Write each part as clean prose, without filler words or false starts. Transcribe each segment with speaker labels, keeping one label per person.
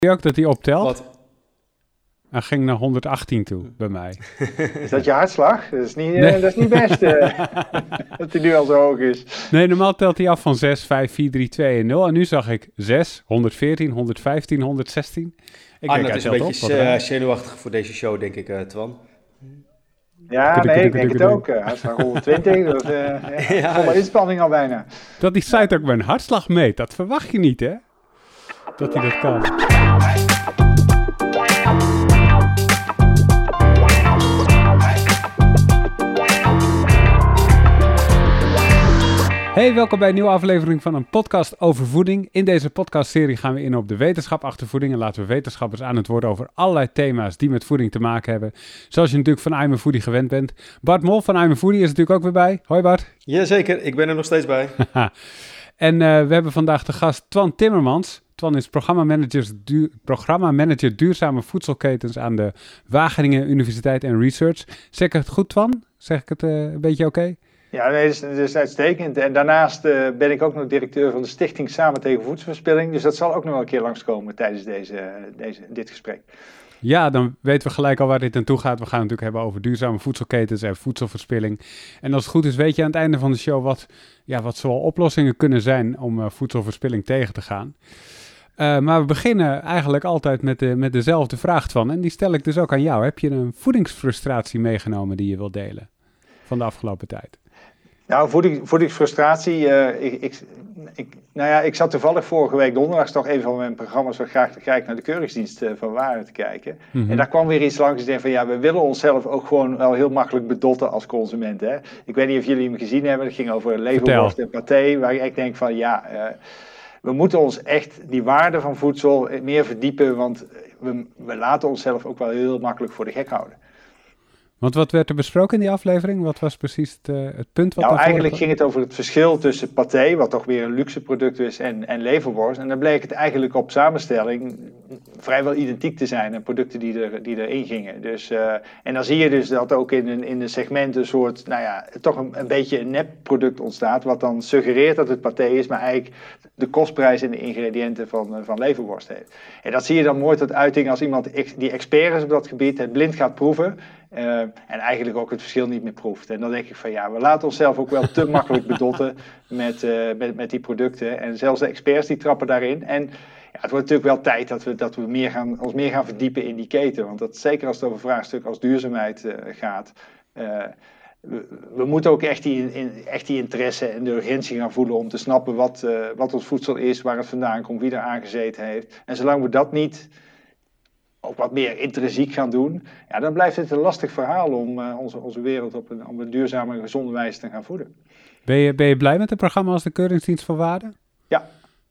Speaker 1: je ook dat hij optelt?
Speaker 2: Wat?
Speaker 1: Hij ging naar 118 toe bij mij.
Speaker 3: Is dat je hartslag? Dat is niet, dat is niet best dat hij nu al zo hoog is.
Speaker 1: Nee, normaal telt hij af van 6, 5, 4, 3, 2 en 0. En nu zag ik 6, 114, 115, 116.
Speaker 2: Arnold is een beetje zenuwachtig voor deze show, denk ik, Twan.
Speaker 3: Ja, nee, ik denk het ook. Hartslag 120, dat volle inspanning al bijna.
Speaker 1: Dat die site ook mijn hartslag meet, dat verwacht je niet, hè? Dat hij dat kan. Hey, welkom bij een nieuwe aflevering van een podcast over voeding. In deze podcastserie gaan we in op de wetenschap achter voeding en laten we wetenschappers aan het woord over allerlei thema's die met voeding te maken hebben. Zoals je natuurlijk van I'm a Foodie gewend bent. Bart Mol van I'm a Foodie is natuurlijk ook weer bij. Hoi Bart.
Speaker 2: Jazeker, ik ben er nog steeds bij.
Speaker 1: En we hebben vandaag de gast Twan Timmermans. Twan is programmamanager duurzame voedselketens aan de Wageningen Universiteit en Research. Zeg ik het goed, Twan? Zeg ik het een beetje oké?
Speaker 3: Ja, nee, dat is uitstekend. En daarnaast ben ik ook nog directeur van de Stichting Samen tegen Voedselverspilling. Dus dat zal ook nog wel een keer langskomen tijdens dit gesprek.
Speaker 1: Ja, dan weten we gelijk al waar dit naartoe gaat. We gaan het natuurlijk hebben over duurzame voedselketens en voedselverspilling. En als het goed is, weet je aan het einde van de show wat zoal oplossingen kunnen zijn om voedselverspilling tegen te gaan. Maar we beginnen eigenlijk altijd met dezelfde vraag, Twan. En die stel ik dus ook aan jou. Heb je een voedingsfrustratie meegenomen die je wilt delen van de afgelopen tijd?
Speaker 3: Nou, voedingsfrustratie. Ik zat toevallig vorige week donderdag toch een van mijn programma's zo graag te kijken naar de Keuringsdienst van Waren te kijken. En daar kwam weer iets langs. Ik denk van we willen onszelf ook gewoon wel heel makkelijk bedotten als consument. Hè? Ik weet niet of jullie hem gezien hebben. Het ging over leverworst en paté. Waar ik denk van we moeten ons echt die waarde van voedsel meer verdiepen. Want we laten onszelf ook wel heel makkelijk voor de gek houden.
Speaker 1: Want wat werd er besproken in die aflevering? Wat was precies het punt?
Speaker 3: Eigenlijk ging het over het verschil tussen paté, wat toch weer een luxe product is, en leverworst. En dan bleek het eigenlijk op samenstelling vrijwel identiek te zijn aan producten die erin gingen. Dus, en dan zie je dus dat ook in de segmenten een soort, toch een beetje een nepproduct ontstaat, wat dan suggereert dat het paté is, maar eigenlijk de kostprijs en de ingrediënten van leverworst heeft. En dat zie je dan mooi tot uiting als iemand die expert is op dat gebied, het blind gaat proeven. En eigenlijk ook het verschil niet meer proeft. En dan denk ik van we laten onszelf ook wel te makkelijk bedotten met die producten. En zelfs de experts die trappen daarin. En het wordt natuurlijk wel tijd dat we ons meer gaan verdiepen in die keten. Want zeker als het over vraagstukken als duurzaamheid gaat. We moeten ook echt die interesse en de urgentie gaan voelen om te snappen wat ons voedsel is, waar het vandaan komt, wie er aangezeten heeft. En zolang we dat niet ook wat meer intrinsiek gaan doen, dan blijft het een lastig verhaal om onze wereld op een duurzame en gezonde wijze te gaan voeden.
Speaker 1: Ben je blij met het programma als de Keuringsdienst van Waarde?
Speaker 3: Ja.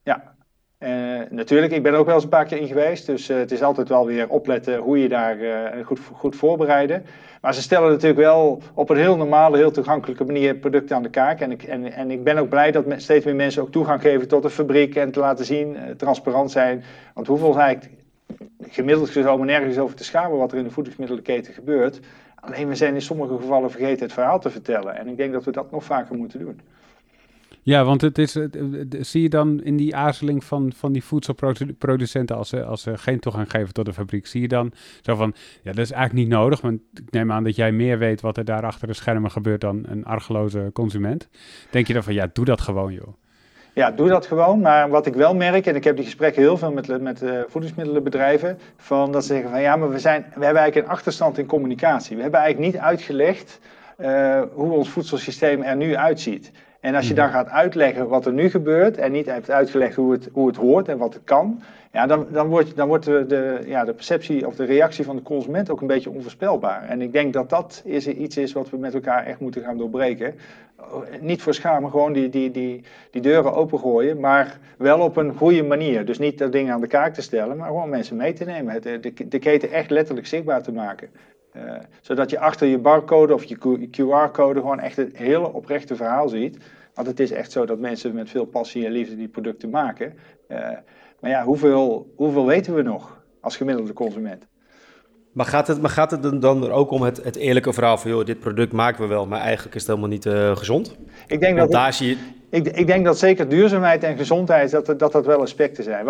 Speaker 3: Natuurlijk, ik ben er ook wel eens een paar keer in geweest, dus het is altijd wel weer opletten hoe je daar goed voorbereiden. Maar ze stellen natuurlijk wel op een heel normale, heel toegankelijke manier producten aan de kaak. En ik ben ook blij dat steeds meer mensen ook toegang geven tot de fabriek en te laten zien, transparant zijn. Want hoeveel is eigenlijk gemiddeld genomen nergens over te schamen wat er in de voedingsmiddelenketen gebeurt. Alleen we zijn in sommige gevallen vergeten het verhaal te vertellen. En ik denk dat we dat nog vaker moeten doen. Ja,
Speaker 1: want zie je dan in die aarzeling van die voedselproducenten als ze geen toegang geven tot de fabriek, zie je dan zo van, dat is eigenlijk niet nodig, want ik neem aan dat jij meer weet wat er daar achter de schermen gebeurt dan een argeloze consument. Denk je dan van, doe dat gewoon joh.
Speaker 3: Ja, doe dat gewoon. Maar wat ik wel merk, en ik heb die gesprekken heel veel met voedingsmiddelenbedrijven, dat ze zeggen van maar we hebben eigenlijk een achterstand in communicatie. We hebben eigenlijk niet uitgelegd hoe ons voedselsysteem er nu uitziet. En als je dan gaat uitleggen wat er nu gebeurt en niet hebt uitgelegd hoe het hoort en wat het kan, dan wordt de perceptie of de reactie van de consument ook een beetje onvoorspelbaar. En ik denk dat iets is wat we met elkaar echt moeten gaan doorbreken. Niet voor schamen, gewoon die deuren opengooien, maar wel op een goede manier. Dus niet dat dingen aan de kaak te stellen, maar gewoon mensen mee te nemen. De keten echt letterlijk zichtbaar te maken. Zodat je achter je barcode of je QR-code gewoon echt het hele oprechte verhaal ziet. Want het is echt zo dat mensen met veel passie en liefde die producten maken. Maar hoeveel weten we nog als gemiddelde consument?
Speaker 2: Maar gaat het dan er ook om het eerlijke verhaal van, joh, dit product maken we wel, maar eigenlijk is het helemaal niet gezond?
Speaker 3: Ik denk dat zeker duurzaamheid en gezondheid, dat wel aspecten zijn.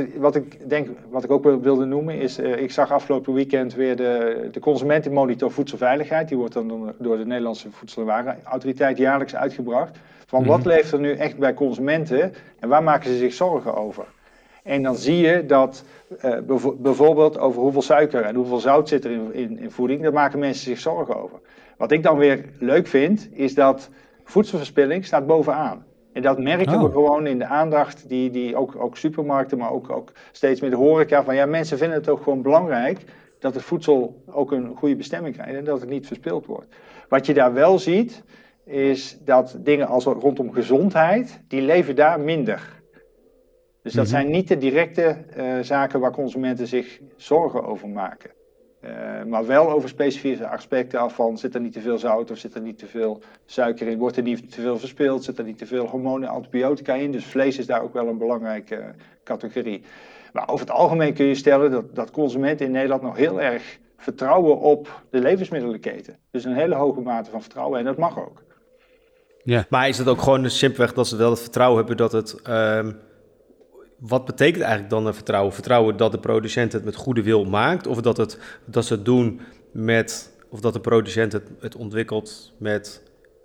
Speaker 3: Wat ik ook wilde noemen is, ik zag afgelopen weekend weer de Consumentenmonitor Voedselveiligheid. Die wordt dan door de Nederlandse Voedsel- en Warenautoriteit jaarlijks uitgebracht. Van wat leeft er nu echt bij consumenten en waar maken ze zich zorgen over? En dan zie je dat bijvoorbeeld over hoeveel suiker en hoeveel zout zit er in voeding, daar maken mensen zich zorgen over. Wat ik dan weer leuk vind, is dat voedselverspilling staat bovenaan. En dat merken we gewoon in de aandacht die ook supermarkten, maar ook steeds meer de horeca. Van ja, mensen vinden het ook gewoon belangrijk dat het voedsel ook een goede bestemming krijgt en dat het niet verspild wordt. Wat je daar wel ziet, is dat dingen als rondom gezondheid, die leven daar minder. Dus dat zijn niet de directe zaken waar consumenten zich zorgen over maken. Maar wel over specifieke aspecten af van, zit er niet te veel zout of zit er niet te veel suiker in? Wordt er niet te veel verspild? Zit er niet te veel hormonen en antibiotica in? Dus vlees is daar ook wel een belangrijke categorie. Maar over het algemeen kun je stellen dat consumenten in Nederland nog heel erg vertrouwen op de levensmiddelenketten. Dus een hele hoge mate van vertrouwen en dat mag ook.
Speaker 2: Ja. Maar is het ook gewoon simpelweg dat ze wel het vertrouwen hebben dat het... Wat betekent eigenlijk dan vertrouwen? Vertrouwen dat de producent het met goede wil maakt? Of dat ze het doen met... Of dat de producent het ontwikkelt met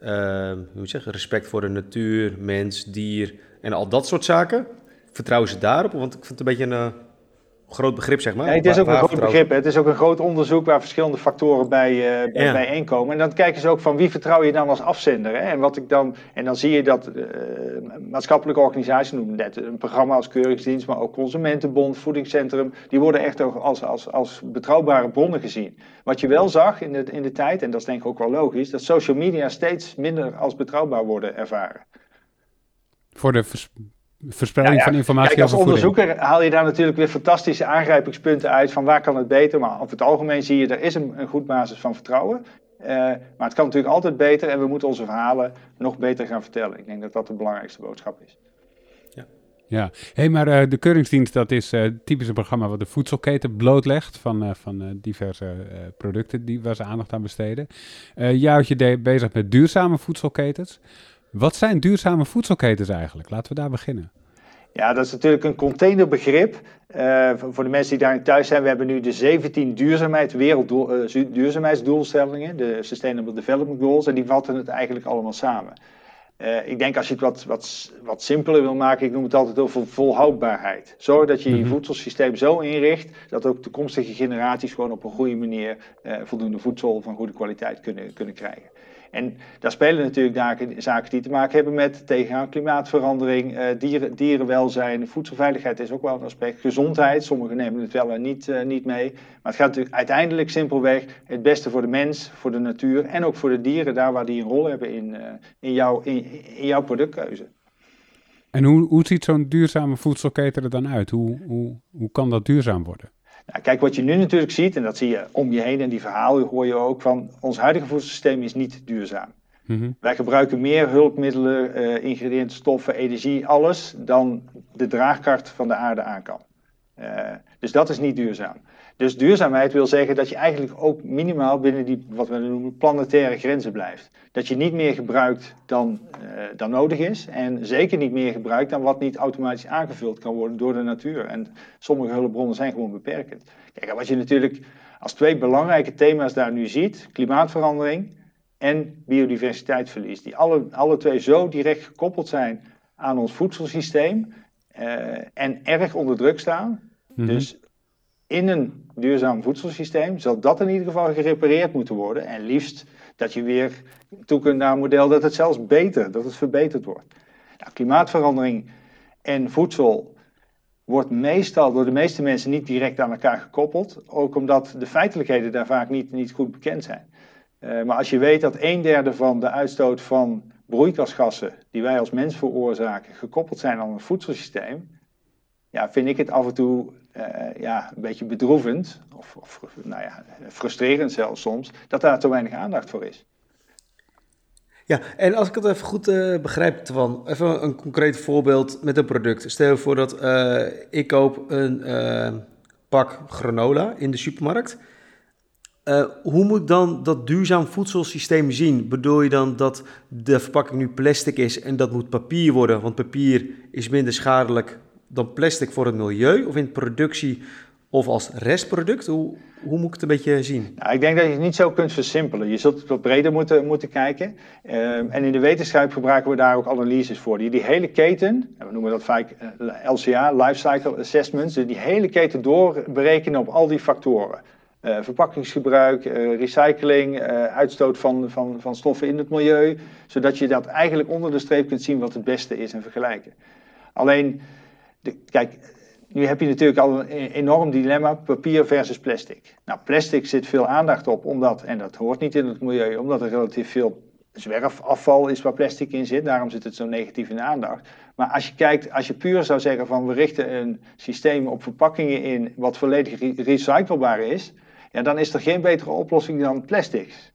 Speaker 2: respect voor de natuur, mens, dier en al dat soort zaken? Vertrouwen ze daarop? Want ik vind het een beetje een groot begrip, zeg maar.
Speaker 3: Ja, het is ook een groot begrip. Het is ook een groot onderzoek waar verschillende factoren bijeenkomen. En dan kijken ze ook van wie vertrouw je dan als afzender. Hè? En dan zie je dat maatschappelijke organisaties, noemen net een programma als Keuringsdienst, maar ook Consumentenbond, Voedingscentrum, die worden echt ook als betrouwbare bronnen gezien. Wat je wel zag in de tijd, en dat is denk ik ook wel logisch, dat social media steeds minder als betrouwbaar worden ervaren.
Speaker 1: Voor de verspreiding van informatie.
Speaker 3: Kijk, als onderzoeker haal je daar natuurlijk weer fantastische aangrijpingspunten uit van waar kan het beter. Maar over het algemeen zie je, er is een goed basis van vertrouwen. Maar het kan natuurlijk altijd beter en we moeten onze verhalen nog beter gaan vertellen. Ik denk dat dat de belangrijkste boodschap is.
Speaker 1: Ja, maar de Keuringsdienst, dat is typisch een programma wat de voedselketen blootlegt van diverse producten waar ze aandacht aan besteden. Jij houdt je bezig met duurzame voedselketens. Wat zijn duurzame voedselketens eigenlijk? Laten we daar beginnen.
Speaker 3: Ja, dat is natuurlijk een containerbegrip. Voor de mensen die daarin thuis zijn, we hebben nu de 17 duurzaamheidsdoelstellingen, de Sustainable Development Goals, en die vatten het eigenlijk allemaal samen. Ik denk als je het wat simpeler wil maken, ik noem het altijd over volhoudbaarheid. Zorg dat je je voedselsysteem zo inricht dat ook toekomstige generaties gewoon op een goede manier voldoende voedsel van goede kwaliteit kunnen krijgen. En daar spelen natuurlijk zaken die te maken hebben met tegengaan klimaatverandering, dierenwelzijn, voedselveiligheid is ook wel een aspect, gezondheid, sommigen nemen het wel en niet mee. Maar het gaat natuurlijk uiteindelijk simpelweg het beste voor de mens, voor de natuur en ook voor de dieren, daar waar die een rol hebben in jouw productkeuze.
Speaker 1: En hoe ziet zo'n duurzame voedselketen er dan uit? Hoe kan dat duurzaam worden?
Speaker 3: Nou, kijk, wat je nu natuurlijk ziet, en dat zie je om je heen en die verhalen hoor je ook van, ons huidige voedselsysteem is niet duurzaam. Wij gebruiken meer hulpmiddelen, ingrediënten, stoffen, energie, alles dan de draagkracht van de aarde aan kan. Dus dat is niet duurzaam. Dus duurzaamheid wil zeggen dat je eigenlijk ook minimaal binnen die, wat we noemen, planetaire grenzen blijft. Dat je niet meer gebruikt dan nodig is en zeker niet meer gebruikt dan wat niet automatisch aangevuld kan worden door de natuur. En sommige hulpbronnen zijn gewoon beperkend. Kijk, wat je natuurlijk als twee belangrijke thema's daar nu ziet, klimaatverandering en biodiversiteitsverlies, die alle twee zo direct gekoppeld zijn aan ons voedselsysteem en erg onder druk staan. Dus in een duurzaam voedselsysteem zal dat in ieder geval gerepareerd moeten worden. En liefst dat je weer toe kunt naar een model dat het zelfs dat het verbeterd wordt. Nou, klimaatverandering en voedsel wordt meestal door de meeste mensen niet direct aan elkaar gekoppeld. Ook omdat de feitelijkheden daar vaak niet goed bekend zijn. Maar als je weet dat 1/3 van de uitstoot van broeikasgassen die wij als mens veroorzaken gekoppeld zijn aan het voedselsysteem, ja, vind ik het af en toe een beetje bedroevend, of frustrerend zelfs soms, dat daar te weinig aandacht voor is.
Speaker 2: Ja, en als ik het even goed begrijp, Twan, even een concreet voorbeeld met een product. Stel je voor dat ik koop een pak granola in de supermarkt. Hoe moet dan dat duurzaam voedselsysteem zien? Bedoel je dan dat de verpakking nu plastic is en dat moet papier worden? Want papier is minder schadelijk dan plastic voor het milieu? Of in productie of als restproduct? Hoe moet ik het een beetje zien?
Speaker 3: Nou, ik denk dat je het niet zo kunt versimpelen. Je zult het wat breder moeten kijken. En in de wetenschap gebruiken we daar ook analyses voor. Die hele keten, we noemen dat vaak LCA, Life Cycle Assessments, die hele keten doorberekenen op al die factoren. Verpakkingsgebruik, recycling, uitstoot van stoffen in het milieu, zodat je dat eigenlijk onder de streep kunt zien wat het beste is en vergelijken. Alleen, kijk, nu heb je natuurlijk al een enorm dilemma, papier versus plastic. Nou, plastic zit veel aandacht op, omdat, en dat hoort niet in het milieu, omdat er relatief veel zwerfafval is waar plastic in zit, daarom zit het zo negatief in de aandacht. Maar als je kijkt, als je puur zou zeggen van we richten een systeem op verpakkingen in wat volledig recyclebaar is, ja, dan is er geen betere oplossing dan plastics.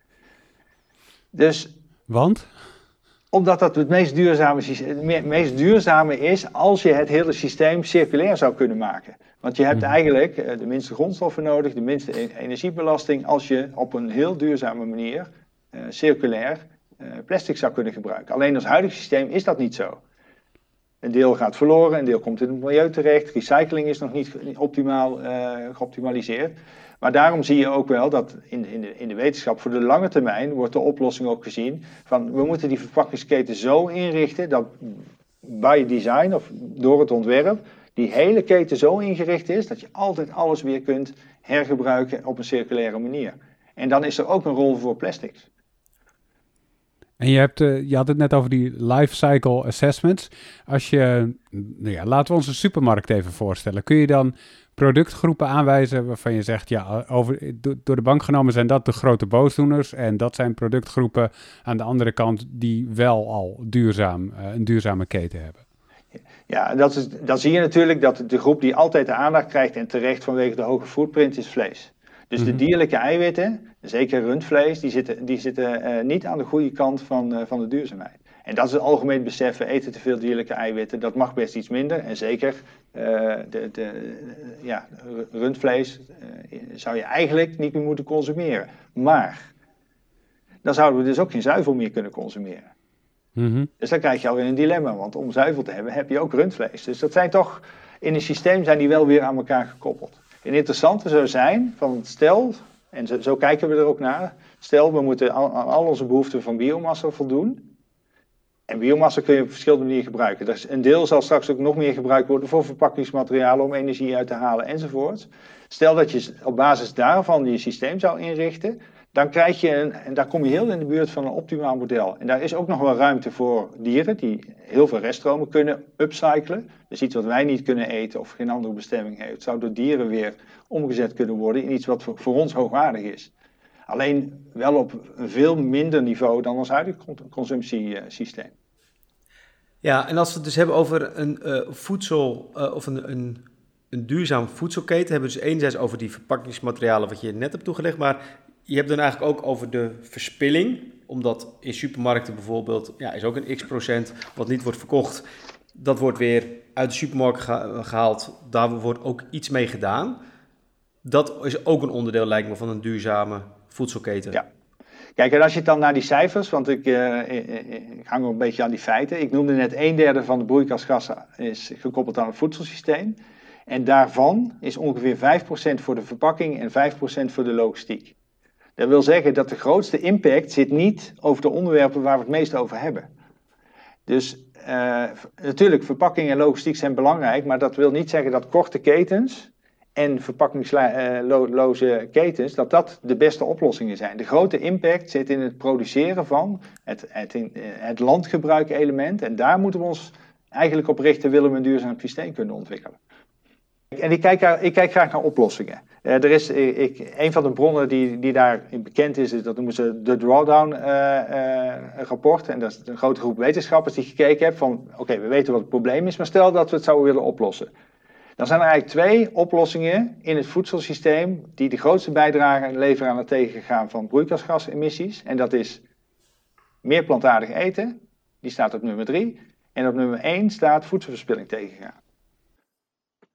Speaker 3: Dus,
Speaker 1: want?
Speaker 3: Omdat dat het meest duurzame is als je het hele systeem circulair zou kunnen maken. Want je hebt eigenlijk de minste grondstoffen nodig, de minste energiebelasting, als je op een heel duurzame manier circulair plastic zou kunnen gebruiken. Alleen als huidig systeem is dat niet zo. Een deel gaat verloren, een deel komt in het milieu terecht. Recycling is nog niet optimaal geoptimaliseerd. Maar daarom zie je ook wel dat in de wetenschap voor de lange termijn wordt de oplossing ook gezien van we moeten die verpakkingsketen zo inrichten dat by design of door het ontwerp die hele keten zo ingericht is dat je altijd alles weer kunt hergebruiken op een circulaire manier. En dan is er ook een rol voor plastics.
Speaker 1: En je had het net over die life cycle assessments. Als je, laten we ons een supermarkt even voorstellen. Kun je dan productgroepen aanwijzen waarvan je zegt, ja, door de bank genomen zijn dat de grote boosdoeners en dat zijn productgroepen aan de andere kant die wel al een duurzame keten hebben?
Speaker 3: Ja, dan zie je natuurlijk dat de groep die altijd de aandacht krijgt en terecht vanwege de hoge footprint is vlees. Dus de dierlijke eiwitten, zeker rundvlees, die zitten niet aan de goede kant van de duurzaamheid. En dat is het algemeen besef, we eten te veel dierlijke eiwitten, dat mag best iets minder. En zeker rundvlees zou je eigenlijk niet meer moeten consumeren. Maar dan zouden we dus ook geen zuivel meer kunnen consumeren. Dus dan krijg je alweer een dilemma, want om zuivel te hebben heb je ook rundvlees. Dus dat zijn toch, in een systeem zijn die wel weer aan elkaar gekoppeld. Een interessante zou zijn, van stel, en zo kijken we er ook naar, stel we moeten aan al onze behoeften van biomassa voldoen. En biomassa kun je op verschillende manieren gebruiken. Dus een deel zal straks ook nog meer gebruikt worden voor verpakkingsmaterialen om energie uit te halen enzovoort. Stel dat je op basis daarvan je systeem zou inrichten, dan krijg je en daar kom je heel in de buurt van een optimaal model. En daar is ook nog wel ruimte voor dieren die heel veel reststromen kunnen upcyclen. Dus iets wat wij niet kunnen eten of geen andere bestemming heeft, zou door dieren weer omgezet kunnen worden in iets wat voor ons hoogwaardig is. Alleen wel op een veel minder niveau dan ons huidige consumptiesysteem.
Speaker 2: Ja, en als we het dus hebben over een voedsel of een duurzaam voedselketen, hebben we dus enerzijds over die verpakkingsmaterialen wat je net hebt toegelegd, maar je hebt dan eigenlijk ook over de verspilling, omdat in supermarkten bijvoorbeeld, is ook een x% wat niet wordt verkocht. Dat wordt weer uit de supermarkt gehaald, daar wordt ook iets mee gedaan. Dat is ook een onderdeel, lijkt me, van een duurzame voedselketen.
Speaker 3: Ja. Kijk, en als je het dan naar die cijfers, want ik hang een beetje aan die feiten. Ik noemde net 1/3 van de broeikasgassen is gekoppeld aan het voedselsysteem. En daarvan is ongeveer 5% voor de verpakking en 5% voor de logistiek. Dat wil zeggen dat de grootste impact zit niet over de onderwerpen waar we het meest over hebben. Dus natuurlijk, verpakking en logistiek zijn belangrijk, maar dat wil niet zeggen dat korte ketens en verpakkingsloze ketens, dat de beste oplossingen zijn. De grote impact zit in het produceren van het landgebruik element en daar moeten we ons eigenlijk op richten, willen we een duurzaam systeem kunnen ontwikkelen. En ik kijk graag naar oplossingen. Er is een van de bronnen die daarin bekend is, dat noemen ze de Drawdown rapport. En dat is een grote groep wetenschappers die gekeken heeft van, oké, we weten wat het probleem is, maar stel dat we het zouden willen oplossen. Dan zijn er eigenlijk 2 oplossingen in het voedselsysteem die de grootste bijdrage leveren aan het tegengaan van broeikasgasemissies. En dat is meer plantaardig eten, die staat op nummer 3. En op nummer 1 staat voedselverspilling tegengaan.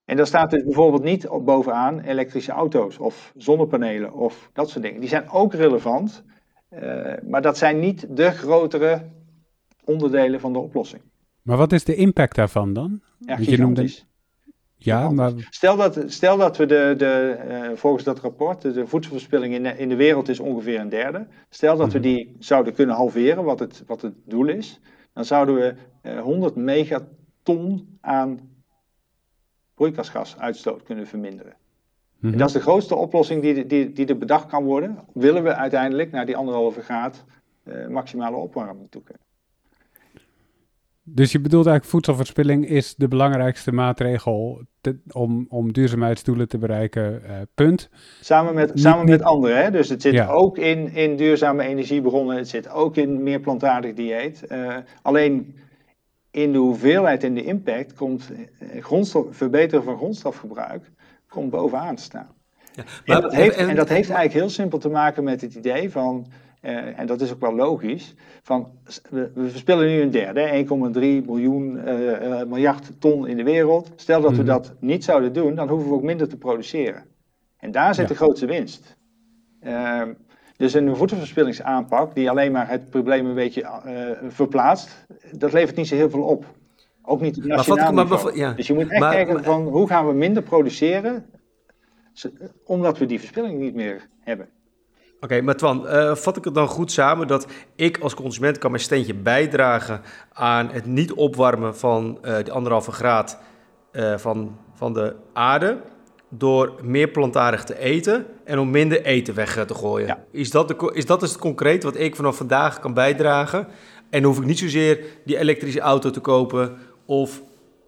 Speaker 3: En daar staat dus bijvoorbeeld niet bovenaan elektrische auto's of zonnepanelen of dat soort dingen. Die zijn ook relevant, maar dat zijn niet de grotere onderdelen van de oplossing.
Speaker 1: Maar wat is de impact daarvan dan?
Speaker 3: Ja, gigantisch.
Speaker 1: Ja, maar...
Speaker 3: Stel dat we volgens dat rapport, de voedselverspilling in de wereld is ongeveer een derde. Stel dat we die zouden kunnen halveren, wat het doel is. Dan zouden we 100 megaton aan broeikasgasuitstoot kunnen verminderen. En dat is de grootste oplossing die er bedacht kan worden. Willen we uiteindelijk naar die 1,5 graad maximale opwarming toe kunnen.
Speaker 1: Dus je bedoelt eigenlijk voedselverspilling is de belangrijkste maatregel om duurzaamheidsdoelen te bereiken, punt.
Speaker 3: Samen met anderen. Hè? Dus het zit ook in duurzame energiebronnen. Het zit ook in meer plantaardig dieet. Alleen in de hoeveelheid en de impact komt verbeteren van grondstofgebruik komt bovenaan te staan. Ja, maar en dat heeft eigenlijk heel simpel te maken met het idee van... en dat is ook wel logisch, van we verspillen nu een derde, 1,3 miljard ton in de wereld. Stel dat we dat niet zouden doen, dan hoeven we ook minder te produceren. En daar zit de grootste winst. Dus een voedselverspillingsaanpak die alleen maar het probleem een beetje verplaatst, dat levert niet zo heel veel op. Ook niet op nationaal niveau. Dus je moet echt kijken van hoe gaan we minder produceren, omdat we die verspilling niet meer hebben.
Speaker 2: Oké, maar Twan, vat ik het dan goed samen dat ik als consument kan mijn steentje bijdragen aan het niet opwarmen van de 1,5 graad van de aarde door meer plantaardig te eten en om minder eten weg te gooien. Ja. Is dat dus concreet wat ik vanaf vandaag kan bijdragen? En hoef ik niet zozeer die elektrische auto te kopen of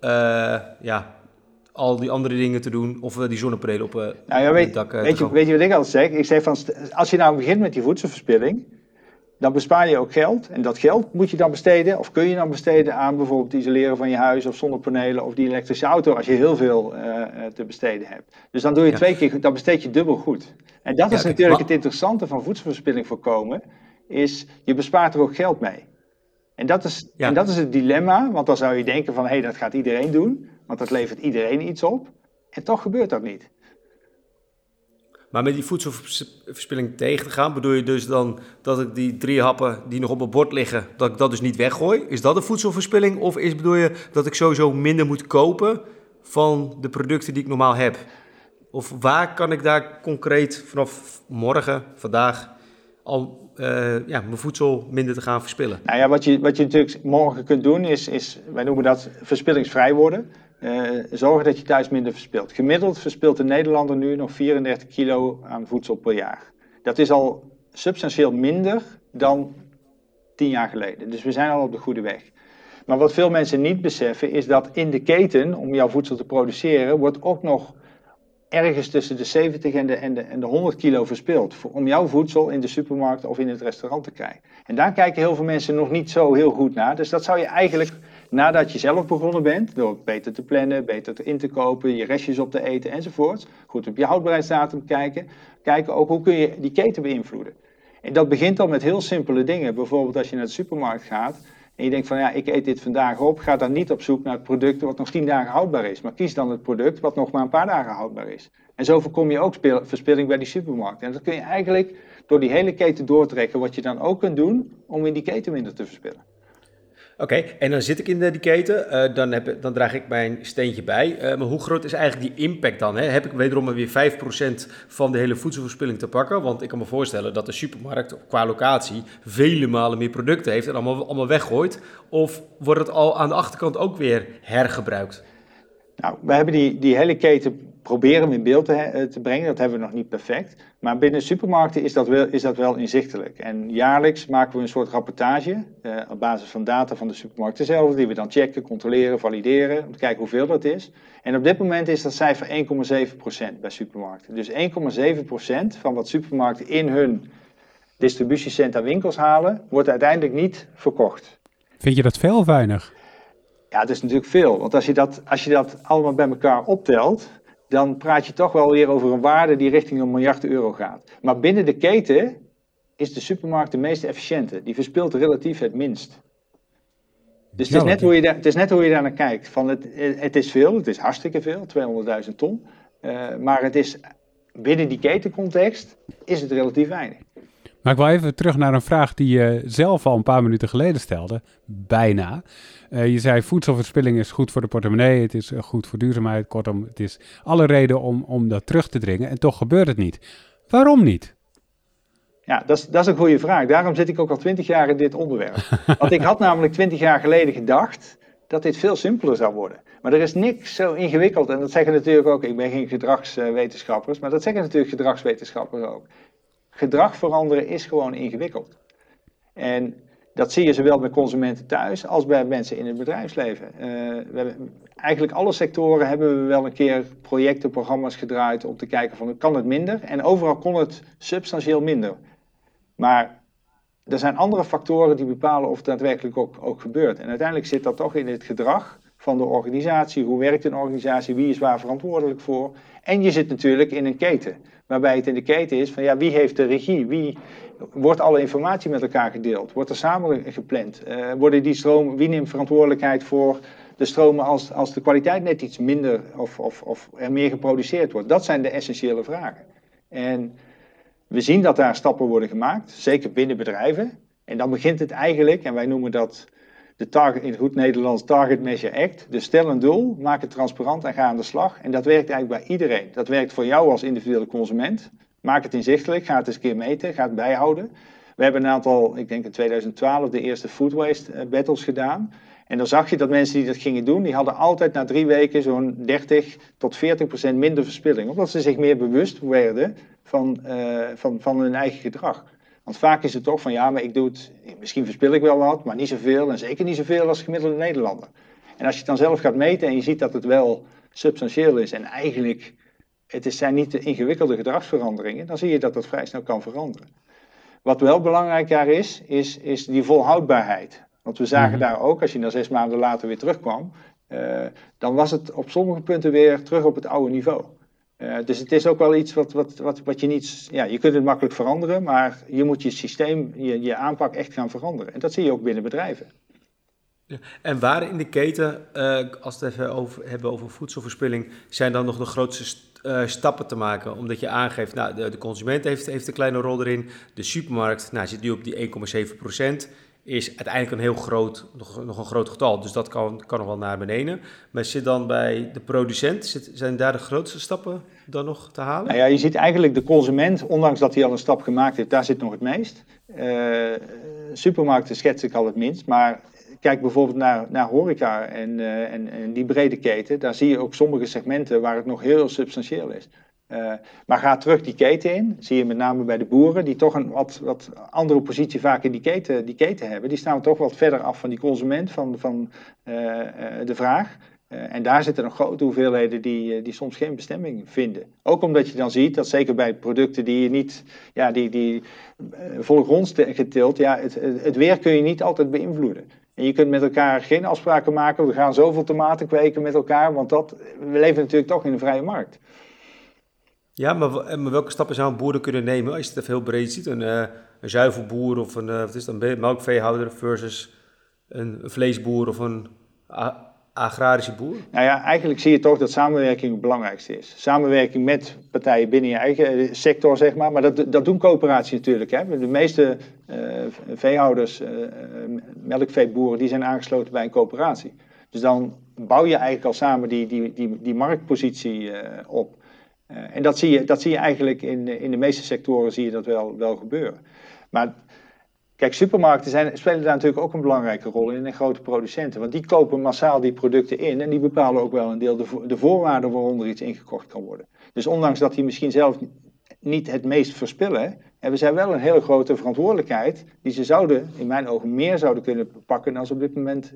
Speaker 2: al die andere dingen te doen of die zonnepanelen op het dak
Speaker 3: weet je wat ik altijd zeg? Ik zeg van, als je nou begint met die voedselverspilling, dan bespaar je ook geld. En dat geld moet je dan besteden, of kun je dan besteden aan bijvoorbeeld het isoleren van je huis of zonnepanelen of die elektrische auto, als je heel veel te besteden hebt. Dus dan doe je 2 keer, dan besteed je dubbel goed. En dat is natuurlijk het interessante van voedselverspilling voorkomen, is je bespaart er ook geld mee. En dat is het dilemma, want dan zou je denken van, dat gaat iedereen doen, want dat levert iedereen iets op. En toch gebeurt dat niet.
Speaker 2: Maar met die voedselverspilling tegen te gaan, bedoel je dus dan dat ik die 3 happen die nog op mijn bord liggen, dat ik dat dus niet weggooi? Is dat een voedselverspilling? Of bedoel je dat ik sowieso minder moet kopen van de producten die ik normaal heb? Of waar kan ik daar concreet vanaf morgen, vandaag, al mijn voedsel minder te gaan verspillen?
Speaker 3: Nou ja, wat je natuurlijk morgen kunt doen is wij noemen dat verspillingsvrij worden. Zorgen dat je thuis minder verspilt. Gemiddeld verspilt de Nederlander nu nog 34 kilo aan voedsel per jaar. Dat is al substantieel minder dan 10 jaar geleden. Dus we zijn al op de goede weg. Maar wat veel mensen niet beseffen is dat in de keten, om jouw voedsel te produceren, wordt ook nog ergens tussen de 70 en de 100 kilo verspild. Om jouw voedsel in de supermarkt of in het restaurant te krijgen. En daar kijken heel veel mensen nog niet zo heel goed naar. Dus dat zou je eigenlijk, nadat je zelf begonnen bent, door beter te plannen, beter in te kopen, je restjes op te eten enzovoort. Goed op je houdbaarheidsdatum kijken ook hoe kun je die keten beïnvloeden. En dat begint al met heel simpele dingen. Bijvoorbeeld als je naar de supermarkt gaat en je denkt van ik eet dit vandaag op. Ga dan niet op zoek naar het product wat nog 10 dagen houdbaar is. Maar kies dan het product wat nog maar een paar dagen houdbaar is. En zo voorkom je ook verspilling bij die supermarkt. En dat kun je eigenlijk door die hele keten doortrekken. Wat je dan ook kunt doen om in die keten minder te verspillen.
Speaker 2: Oké, en dan zit ik in die keten, dan draag ik mijn steentje bij. Maar hoe groot is eigenlijk die impact dan? Hè? Heb ik wederom weer 5% van de hele voedselverspilling te pakken? Want ik kan me voorstellen dat de supermarkt qua locatie vele malen meer producten heeft en allemaal weggooit. Of wordt het al aan de achterkant ook weer hergebruikt?
Speaker 3: Nou, we hebben die hele keten proberen in beeld te brengen. Dat hebben we nog niet perfect. Maar binnen supermarkten is dat wel inzichtelijk. En jaarlijks maken we een soort rapportage op basis van data van de supermarkten zelf, die we dan checken, controleren, valideren, om te kijken hoeveel dat is. En op dit moment is dat cijfer 1,7% bij supermarkten. Dus 1,7% van wat supermarkten in hun distributiecentra winkels halen, wordt uiteindelijk niet verkocht.
Speaker 1: Vind je dat veel of weinig?
Speaker 3: Ja, het is natuurlijk veel. Want als je dat allemaal bij elkaar optelt, dan praat je toch wel weer over een waarde die richting €1 miljard gaat. Maar binnen de keten is de supermarkt de meest efficiënte. Die verspilt relatief het minst. Dus het is net hoe je daar naar kijkt. Het is veel, het is hartstikke veel, 200.000 ton. Maar het is binnen die ketencontext is het relatief weinig.
Speaker 1: Maar ik wil even terug naar een vraag die je zelf al een paar minuten geleden stelde. Bijna. Je zei voedselverspilling is goed voor de portemonnee. Het is goed voor duurzaamheid. Kortom, het is alle reden om dat terug te dringen. En toch gebeurt het niet. Waarom niet?
Speaker 3: Ja, dat is een goede vraag. Daarom zit ik ook al 20 jaar in dit onderwerp. Want ik had namelijk 20 jaar geleden gedacht dat dit veel simpeler zou worden. Maar er is niks zo ingewikkeld. En dat zeggen natuurlijk ook, ik ben geen gedragswetenschappers, maar dat zeggen natuurlijk gedragswetenschappers ook. Gedrag veranderen is gewoon ingewikkeld. En dat zie je zowel bij consumenten thuis als bij mensen in het bedrijfsleven. Eigenlijk alle sectoren hebben we wel een keer projecten, programma's gedraaid om te kijken van kan het minder? En overal kon het substantieel minder. Maar er zijn andere factoren die bepalen of het daadwerkelijk ook gebeurt. En uiteindelijk zit dat toch in het gedrag van de organisatie. Hoe werkt een organisatie? Wie is waar verantwoordelijk voor? En je zit natuurlijk in een keten. Waarbij het in de keten is van wie heeft de regie? Wie wordt alle informatie met elkaar gedeeld? Wordt er samen gepland? Worden die stromen, wie neemt verantwoordelijkheid voor de stromen als de kwaliteit net iets minder of er meer geproduceerd wordt? Dat zijn de essentiële vragen. En we zien dat daar stappen worden gemaakt, zeker binnen bedrijven. En dan begint het eigenlijk, en wij noemen dat de target, in goed Nederlands Target Measure Act. Dus stel een doel, maak het transparant en ga aan de slag. En dat werkt eigenlijk bij iedereen. Dat werkt voor jou als individuele consument. Maak het inzichtelijk, ga het eens een keer meten, ga het bijhouden. We hebben een aantal, ik denk in 2012, de eerste food waste battles gedaan. En dan zag je dat mensen die dat gingen doen, die hadden altijd na 3 weken zo'n 30 tot 40% minder verspilling. Omdat ze zich meer bewust werden van hun eigen gedrag. Want vaak is het toch van maar ik doe het, misschien verspil ik wel wat, maar niet zoveel en zeker niet zoveel als gemiddelde Nederlander. En als je het dan zelf gaat meten en je ziet dat het wel substantieel is en eigenlijk zijn niet de ingewikkelde gedragsveranderingen, dan zie je dat dat vrij snel kan veranderen. Wat wel belangrijk daar is die volhoudbaarheid. Want we zagen daar ook, als je dan 6 maanden later weer terugkwam, dan was het op sommige punten weer terug op het oude niveau. Dus het is ook wel iets wat je niet... Ja, je kunt het makkelijk veranderen, maar je moet je systeem, je aanpak echt gaan veranderen. En dat zie je ook binnen bedrijven.
Speaker 2: Ja, en waar in de keten, als we het even hebben over voedselverspilling, zijn dan nog de grootste stappen te maken? Omdat je aangeeft, de consument heeft een kleine rol erin. De supermarkt zit nu op die 1,7%. Is uiteindelijk een heel groot, nog een groot getal. Dus dat kan nog wel naar beneden. Maar zit dan bij de producent, zijn daar de grootste stappen dan nog te halen?
Speaker 3: Nou ja, je ziet eigenlijk de consument, ondanks dat hij al een stap gemaakt heeft, daar zit nog het meest. Supermarkten schets ik al het minst. Maar kijk bijvoorbeeld naar horeca en die brede keten. Daar zie je ook sommige segmenten waar het nog heel substantieel is. Maar ga terug die keten in, zie je met name bij de boeren, die toch een wat andere positie vaak in die keten hebben. Die staan toch wat verder af van die consument, van de vraag. En daar zitten nog grote hoeveelheden die soms geen bestemming vinden. Ook omdat je dan ziet dat zeker bij producten die je niet, die volle grond geteeld, het weer kun je niet altijd beïnvloeden. En je kunt met elkaar geen afspraken maken, we gaan zoveel tomaten kweken met elkaar, want we leven natuurlijk toch in een vrije markt.
Speaker 2: Ja, maar welke stappen zou een boer kunnen nemen als je het even heel breed ziet? Een zuivelboer of een melkveehouder versus een vleesboer of een agrarische boer?
Speaker 3: Nou ja, eigenlijk zie je toch dat samenwerking het belangrijkste is. Samenwerking met partijen binnen je eigen sector, zeg maar. Maar dat doen coöperaties natuurlijk. Hè. De meeste veehouders, melkveeboeren, die zijn aangesloten bij een coöperatie. Dus dan bouw je eigenlijk al samen die marktpositie op. En dat zie je eigenlijk in de meeste sectoren zie je dat wel gebeuren. Maar kijk, supermarkten spelen daar natuurlijk ook een belangrijke rol in en grote producenten. Want die kopen massaal die producten in en die bepalen ook wel een deel de voorwaarden waaronder iets ingekocht kan worden. Dus ondanks dat die misschien zelf niet het meest verspillen, hebben zij wel een hele grote verantwoordelijkheid die ze zouden, in mijn ogen, meer zouden kunnen pakken dan ze op dit moment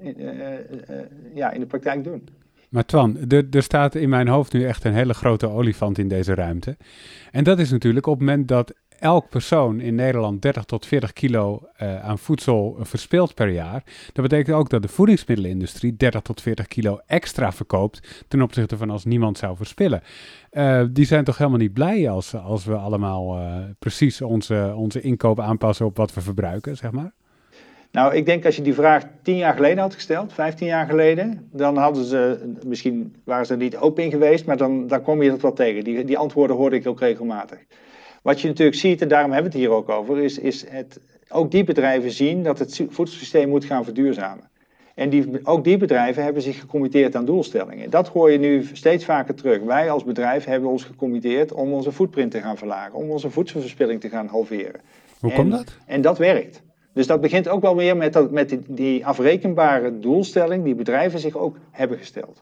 Speaker 3: in de praktijk doen.
Speaker 1: Maar Twan, er staat in mijn hoofd nu echt een hele grote olifant in deze ruimte. En dat is natuurlijk op het moment dat elk persoon in Nederland 30 tot 40 kilo aan voedsel verspilt per jaar. Dat betekent ook dat de voedingsmiddelenindustrie 30 tot 40 kilo extra verkoopt ten opzichte van als niemand zou verspillen. Die zijn toch helemaal niet blij als we allemaal precies onze inkoop aanpassen op wat we verbruiken, zeg maar?
Speaker 3: Nou, ik denk als je die vraag 10 jaar geleden had gesteld, 15 jaar geleden, dan waren ze er niet open in geweest, maar dan kom je dat wel tegen. Die antwoorden hoorde ik ook regelmatig. Wat je natuurlijk ziet, en daarom hebben we het hier ook over, is ook die bedrijven zien dat het voedselsysteem moet gaan verduurzamen. En ook die bedrijven hebben zich gecommitteerd aan doelstellingen. Dat hoor je nu steeds vaker terug. Wij als bedrijf hebben ons gecommitteerd om onze footprint te gaan verlagen, om onze voedselverspilling te gaan halveren.
Speaker 1: Hoe komt dat?
Speaker 3: En dat werkt. Dus dat begint ook wel weer met die afrekenbare doelstelling die bedrijven zich ook hebben gesteld.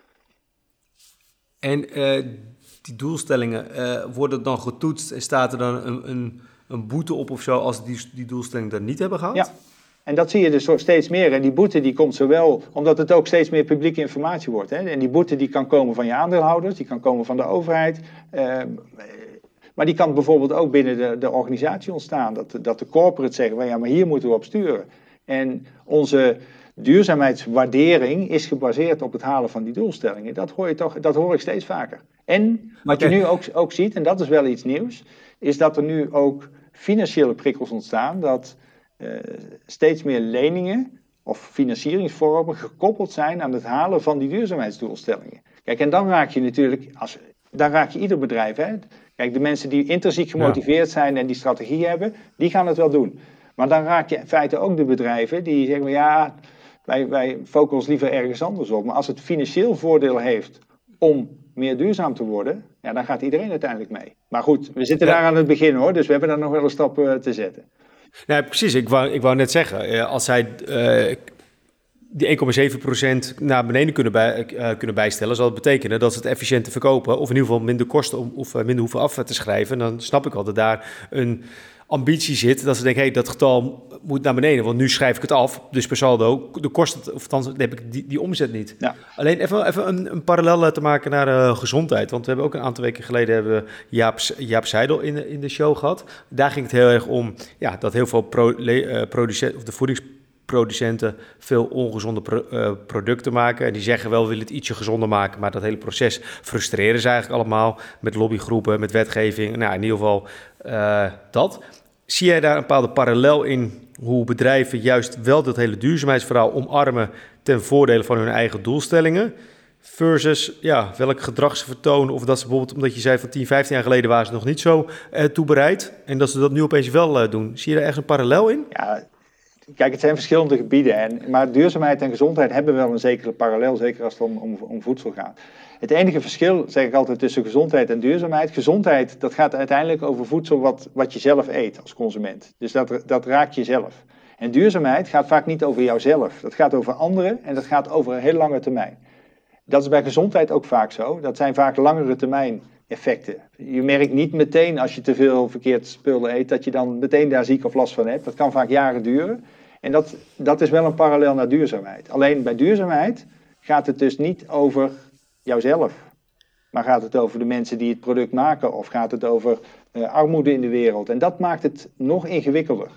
Speaker 2: En die doelstellingen, worden dan getoetst en staat er dan een boete op of zo als die doelstelling dat niet hebben gehad?
Speaker 3: Ja, en dat zie je dus steeds meer. En die boete die komt zowel, omdat het ook steeds meer publieke informatie wordt. Hè? En die boete die kan komen van je aandeelhouders, die kan komen van de overheid. Maar die kan bijvoorbeeld ook binnen de organisatie ontstaan. Dat de corporates zeggen, well, ja, maar hier moeten we op sturen. En onze duurzaamheidswaardering is gebaseerd op het halen van die doelstellingen. Dat hoor ik steeds vaker. En wat je nu ook ziet, en dat is wel iets nieuws, is dat er nu ook financiële prikkels ontstaan, dat steeds meer leningen of financieringsvormen gekoppeld zijn aan het halen van die duurzaamheidsdoelstellingen. Kijk, en dan raak je natuurlijk, dan raak je ieder bedrijf, hè. Kijk, de mensen die intrinsiek gemotiveerd zijn en die strategie hebben, die gaan het wel doen. Maar dan raak je in feite ook de bedrijven die zeggen, ja, wij focussen ons liever ergens anders op. Maar als het financieel voordeel heeft om meer duurzaam te worden, ja, dan gaat iedereen uiteindelijk mee. Maar goed, we zitten daar aan het begin hoor, dus we hebben daar nog wel een stap te zetten.
Speaker 2: Nou, precies. Ik wou net zeggen, als zij die 1,7% naar beneden kunnen bijstellen, zal dat betekenen dat ze het efficiënter verkopen, of in ieder geval minder kosten of minder hoeven af te schrijven. En dan snap ik al dat daar een ambitie zit, dat ze denken, hey, dat getal moet naar beneden, want nu schrijf ik het af, dus per saldo, de kosten, of dan heb ik die omzet niet. Ja. Alleen even een parallel te maken naar gezondheid, want we hebben ook een aantal weken geleden Jaap Seidel in de show gehad. Daar ging het heel erg om, ja, dat heel veel producenten, of de voedingsproducenten veel ongezonde producten maken. En die zeggen wel, we willen het ietsje gezonder maken, maar dat hele proces frustreren ze eigenlijk allemaal met lobbygroepen, met wetgeving. Nou, in ieder geval dat. Zie jij daar een bepaalde parallel in hoe bedrijven juist wel dat hele duurzaamheidsverhaal omarmen ten voordele van hun eigen doelstellingen? Versus welk gedrag ze vertonen, of dat ze bijvoorbeeld, omdat je zei van 10, 15 jaar geleden waren ze nog niet zo toe bereid en dat ze dat nu opeens wel doen. Zie je daar echt een parallel in?
Speaker 3: Ja, kijk, het zijn verschillende gebieden, maar duurzaamheid en gezondheid hebben wel een zekere parallel, zeker als het om voedsel gaat. Het enige verschil, zeg ik altijd, tussen gezondheid en duurzaamheid. Gezondheid, dat gaat uiteindelijk over voedsel wat je zelf eet als consument. Dus dat raakt jezelf. En duurzaamheid gaat vaak niet over jouzelf. Dat gaat over anderen en dat gaat over een heel lange termijn. Dat is bij gezondheid ook vaak zo. Dat zijn vaak langere termijn effecten. Je merkt niet meteen als je te veel verkeerd spullen eet, dat je dan meteen daar ziek of last van hebt. Dat kan vaak jaren duren. En dat is wel een parallel naar duurzaamheid. Alleen bij duurzaamheid gaat het dus niet over jouzelf. Maar gaat het over de mensen die het product maken, of gaat het over armoede in de wereld. En dat maakt het nog ingewikkelder.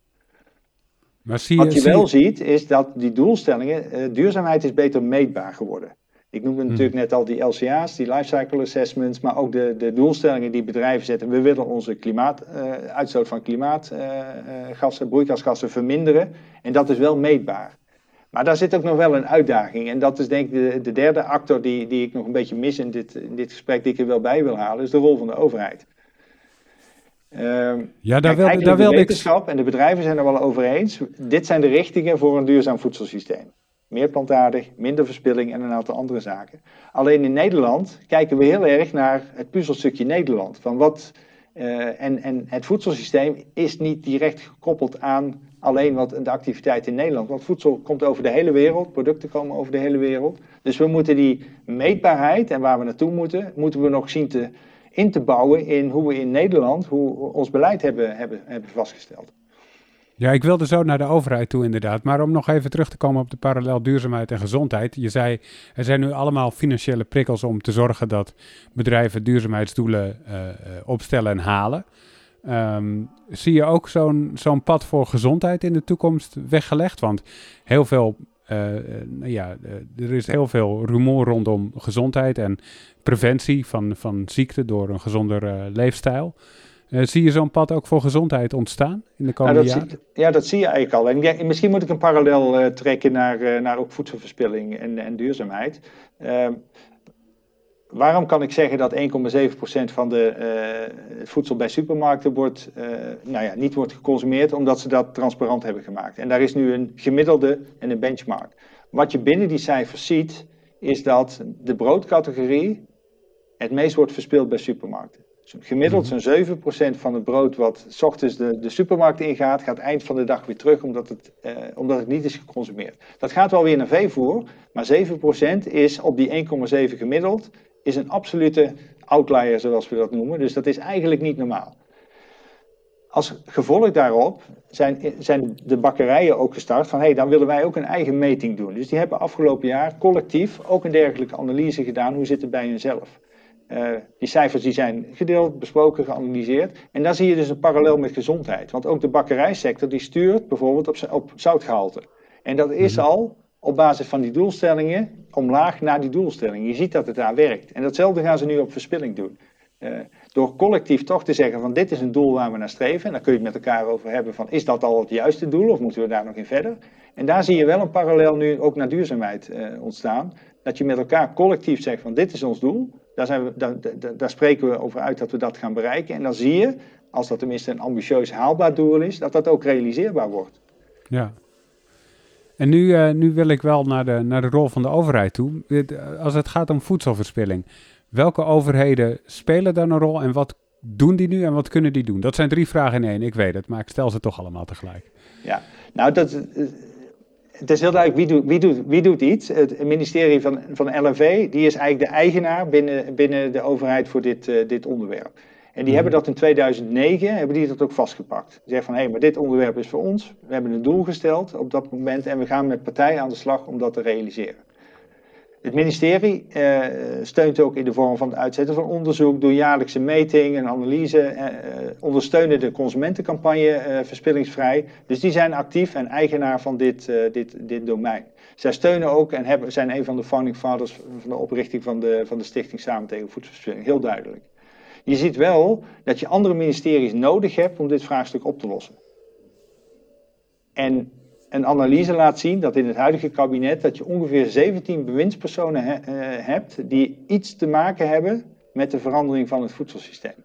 Speaker 1: Maar
Speaker 3: wat je wel ziet, is dat die doelstellingen, duurzaamheid is beter meetbaar geworden. Ik noemde natuurlijk net al die LCA's, die lifecycle assessments, maar ook de doelstellingen die bedrijven zetten. We willen onze uitstoot van klimaatgassen, broeikasgassen verminderen. En dat is wel meetbaar. Maar daar zit ook nog wel een uitdaging. En dat is denk ik de derde actor die ik nog een beetje mis in dit gesprek, die ik er wel bij wil halen, is de rol van de overheid. De wetenschap en de bedrijven zijn er wel over eens. Dit zijn de richtingen voor een duurzaam voedselsysteem. Meer plantaardig, minder verspilling en een aantal andere zaken. Alleen in Nederland kijken we heel erg naar het puzzelstukje Nederland. En het voedselsysteem is niet direct gekoppeld aan alleen de activiteit in Nederland. Want voedsel komt over de hele wereld, producten komen over de hele wereld. Dus we moeten die meetbaarheid en waar we naartoe moeten we nog zien in te bouwen in hoe we in Nederland, hoe ons beleid hebben vastgesteld.
Speaker 1: Ja, ik wilde zo naar de overheid toe inderdaad. Maar om nog even terug te komen op de parallel duurzaamheid en gezondheid. Je zei, er zijn nu allemaal financiële prikkels om te zorgen dat bedrijven duurzaamheidsdoelen opstellen en halen. Zie je ook zo'n pad voor gezondheid in de toekomst weggelegd? Want heel veel, er is heel veel rumoer rondom gezondheid en preventie van ziekte door een gezonder leefstijl. Zie je zo'n pad ook voor gezondheid ontstaan in de komende jaren?
Speaker 3: Dat zie je eigenlijk al. En misschien moet ik een parallel trekken naar ook voedselverspilling en duurzaamheid. Waarom kan ik zeggen dat 1,7% van het voedsel bij supermarkten niet wordt geconsumeerd? Omdat ze dat transparant hebben gemaakt. En daar is nu een gemiddelde en een benchmark. Wat je binnen die cijfers ziet, is dat de broodcategorie het meest wordt verspild bij supermarkten. Dus gemiddeld zo'n 7% van het brood wat 's ochtends de supermarkt ingaat, gaat eind van de dag weer terug omdat het niet is geconsumeerd. Dat gaat wel weer naar veevoer, maar 7% is op die 1,7 gemiddeld, is een absolute outlier zoals we dat noemen. Dus dat is eigenlijk niet normaal. Als gevolg daarop zijn de bakkerijen ook gestart van dan willen wij ook een eigen meting doen. Dus die hebben afgelopen jaar collectief ook een dergelijke analyse gedaan. Hoe zit het bij hunzelf? Die cijfers die zijn gedeeld, besproken, geanalyseerd. En daar zie je dus een parallel met gezondheid. Want ook de bakkerijsector die stuurt bijvoorbeeld op zoutgehalte. En dat is al op basis van die doelstellingen omlaag naar die doelstellingen. Je ziet dat het daar werkt. En datzelfde gaan ze nu op verspilling doen. Door collectief toch te zeggen van dit is een doel waar we naar streven. En daar kun je het met elkaar over hebben van is dat al het juiste doel of moeten we daar nog in verder? En daar zie je wel een parallel nu ook naar duurzaamheid ontstaan. Dat je met elkaar collectief zegt van dit is ons doel. Daar spreken we over uit dat we dat gaan bereiken. En dan zie je, als dat tenminste een ambitieus haalbaar doel is, dat dat ook realiseerbaar wordt.
Speaker 1: Ja. En nu wil ik wel naar de rol van de overheid toe. Als het gaat om voedselverspilling. Welke overheden spelen daar een rol en wat doen die nu en wat kunnen die doen? Dat zijn 3 vragen in één, ik weet het, maar ik stel ze toch allemaal tegelijk.
Speaker 3: Ja, nou het is heel duidelijk wie doet iets. Het ministerie van LNV, die is eigenlijk de eigenaar binnen de overheid voor dit onderwerp. En die hebben dat in 2009 ook vastgepakt. Die zeggen van maar dit onderwerp is voor ons. We hebben een doel gesteld op dat moment en we gaan met partijen aan de slag om dat te realiseren. Het ministerie steunt ook in de vorm van het uitzetten van onderzoek, door jaarlijkse meting en analyse, ondersteunen de consumentencampagne verspillingsvrij. Dus die zijn actief en eigenaar van dit domein. Zij steunen ook en zijn een van de founding fathers van de oprichting van de Stichting Samen tegen Voedselverspilling. Heel duidelijk. Je ziet wel dat je andere ministeries nodig hebt om dit vraagstuk op te lossen. En een analyse laat zien dat in het huidige kabinet dat je ongeveer 17 bewindspersonen hebt die iets te maken hebben met de verandering van het voedselsysteem.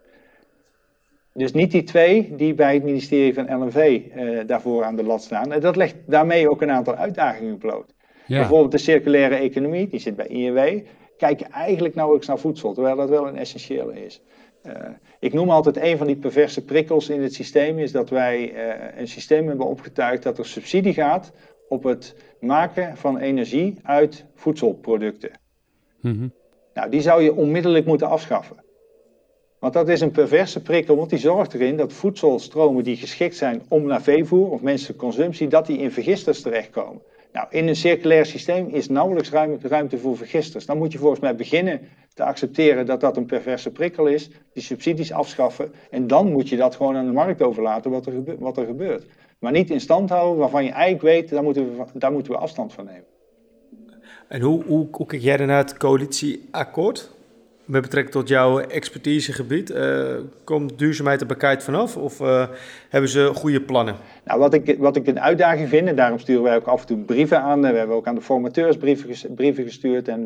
Speaker 3: Dus niet die 2 die bij het ministerie van LNV daarvoor aan de lat staan. En dat legt daarmee ook een aantal uitdagingen bloot. Ja. Bijvoorbeeld de circulaire economie, die zit bij INW. Kijk eigenlijk nauwelijks naar voedsel, terwijl dat wel een essentiële is. Ik noem altijd een van die perverse prikkels in het systeem is dat wij een systeem hebben opgetuigd dat er subsidie gaat op het maken van energie uit voedselproducten. Mm-hmm. Nou, die zou je onmiddellijk moeten afschaffen. Want dat is een perverse prikkel, want die zorgt erin dat voedselstromen die geschikt zijn om naar veevoer of menselijke consumptie, dat die in vergisters terechtkomen. Nou, in een circulair systeem is nauwelijks ruimte voor vergisters. Dan moet je volgens mij beginnen te accepteren dat dat een perverse prikkel is, die subsidies afschaffen en dan moet je dat gewoon aan de markt overlaten wat er gebeurt. Maar niet in stand houden waarvan je eigenlijk weet, daar moeten we afstand van nemen.
Speaker 2: En hoe kijk jij dan naar het coalitieakkoord? Met betrekking tot jouw expertisegebied, komt duurzaamheid er bekijkt vanaf of hebben ze goede plannen?
Speaker 3: Nou, wat ik een uitdaging vind, en daarom sturen wij ook af en toe brieven aan. We hebben ook aan de formateurs brieven gestuurd. En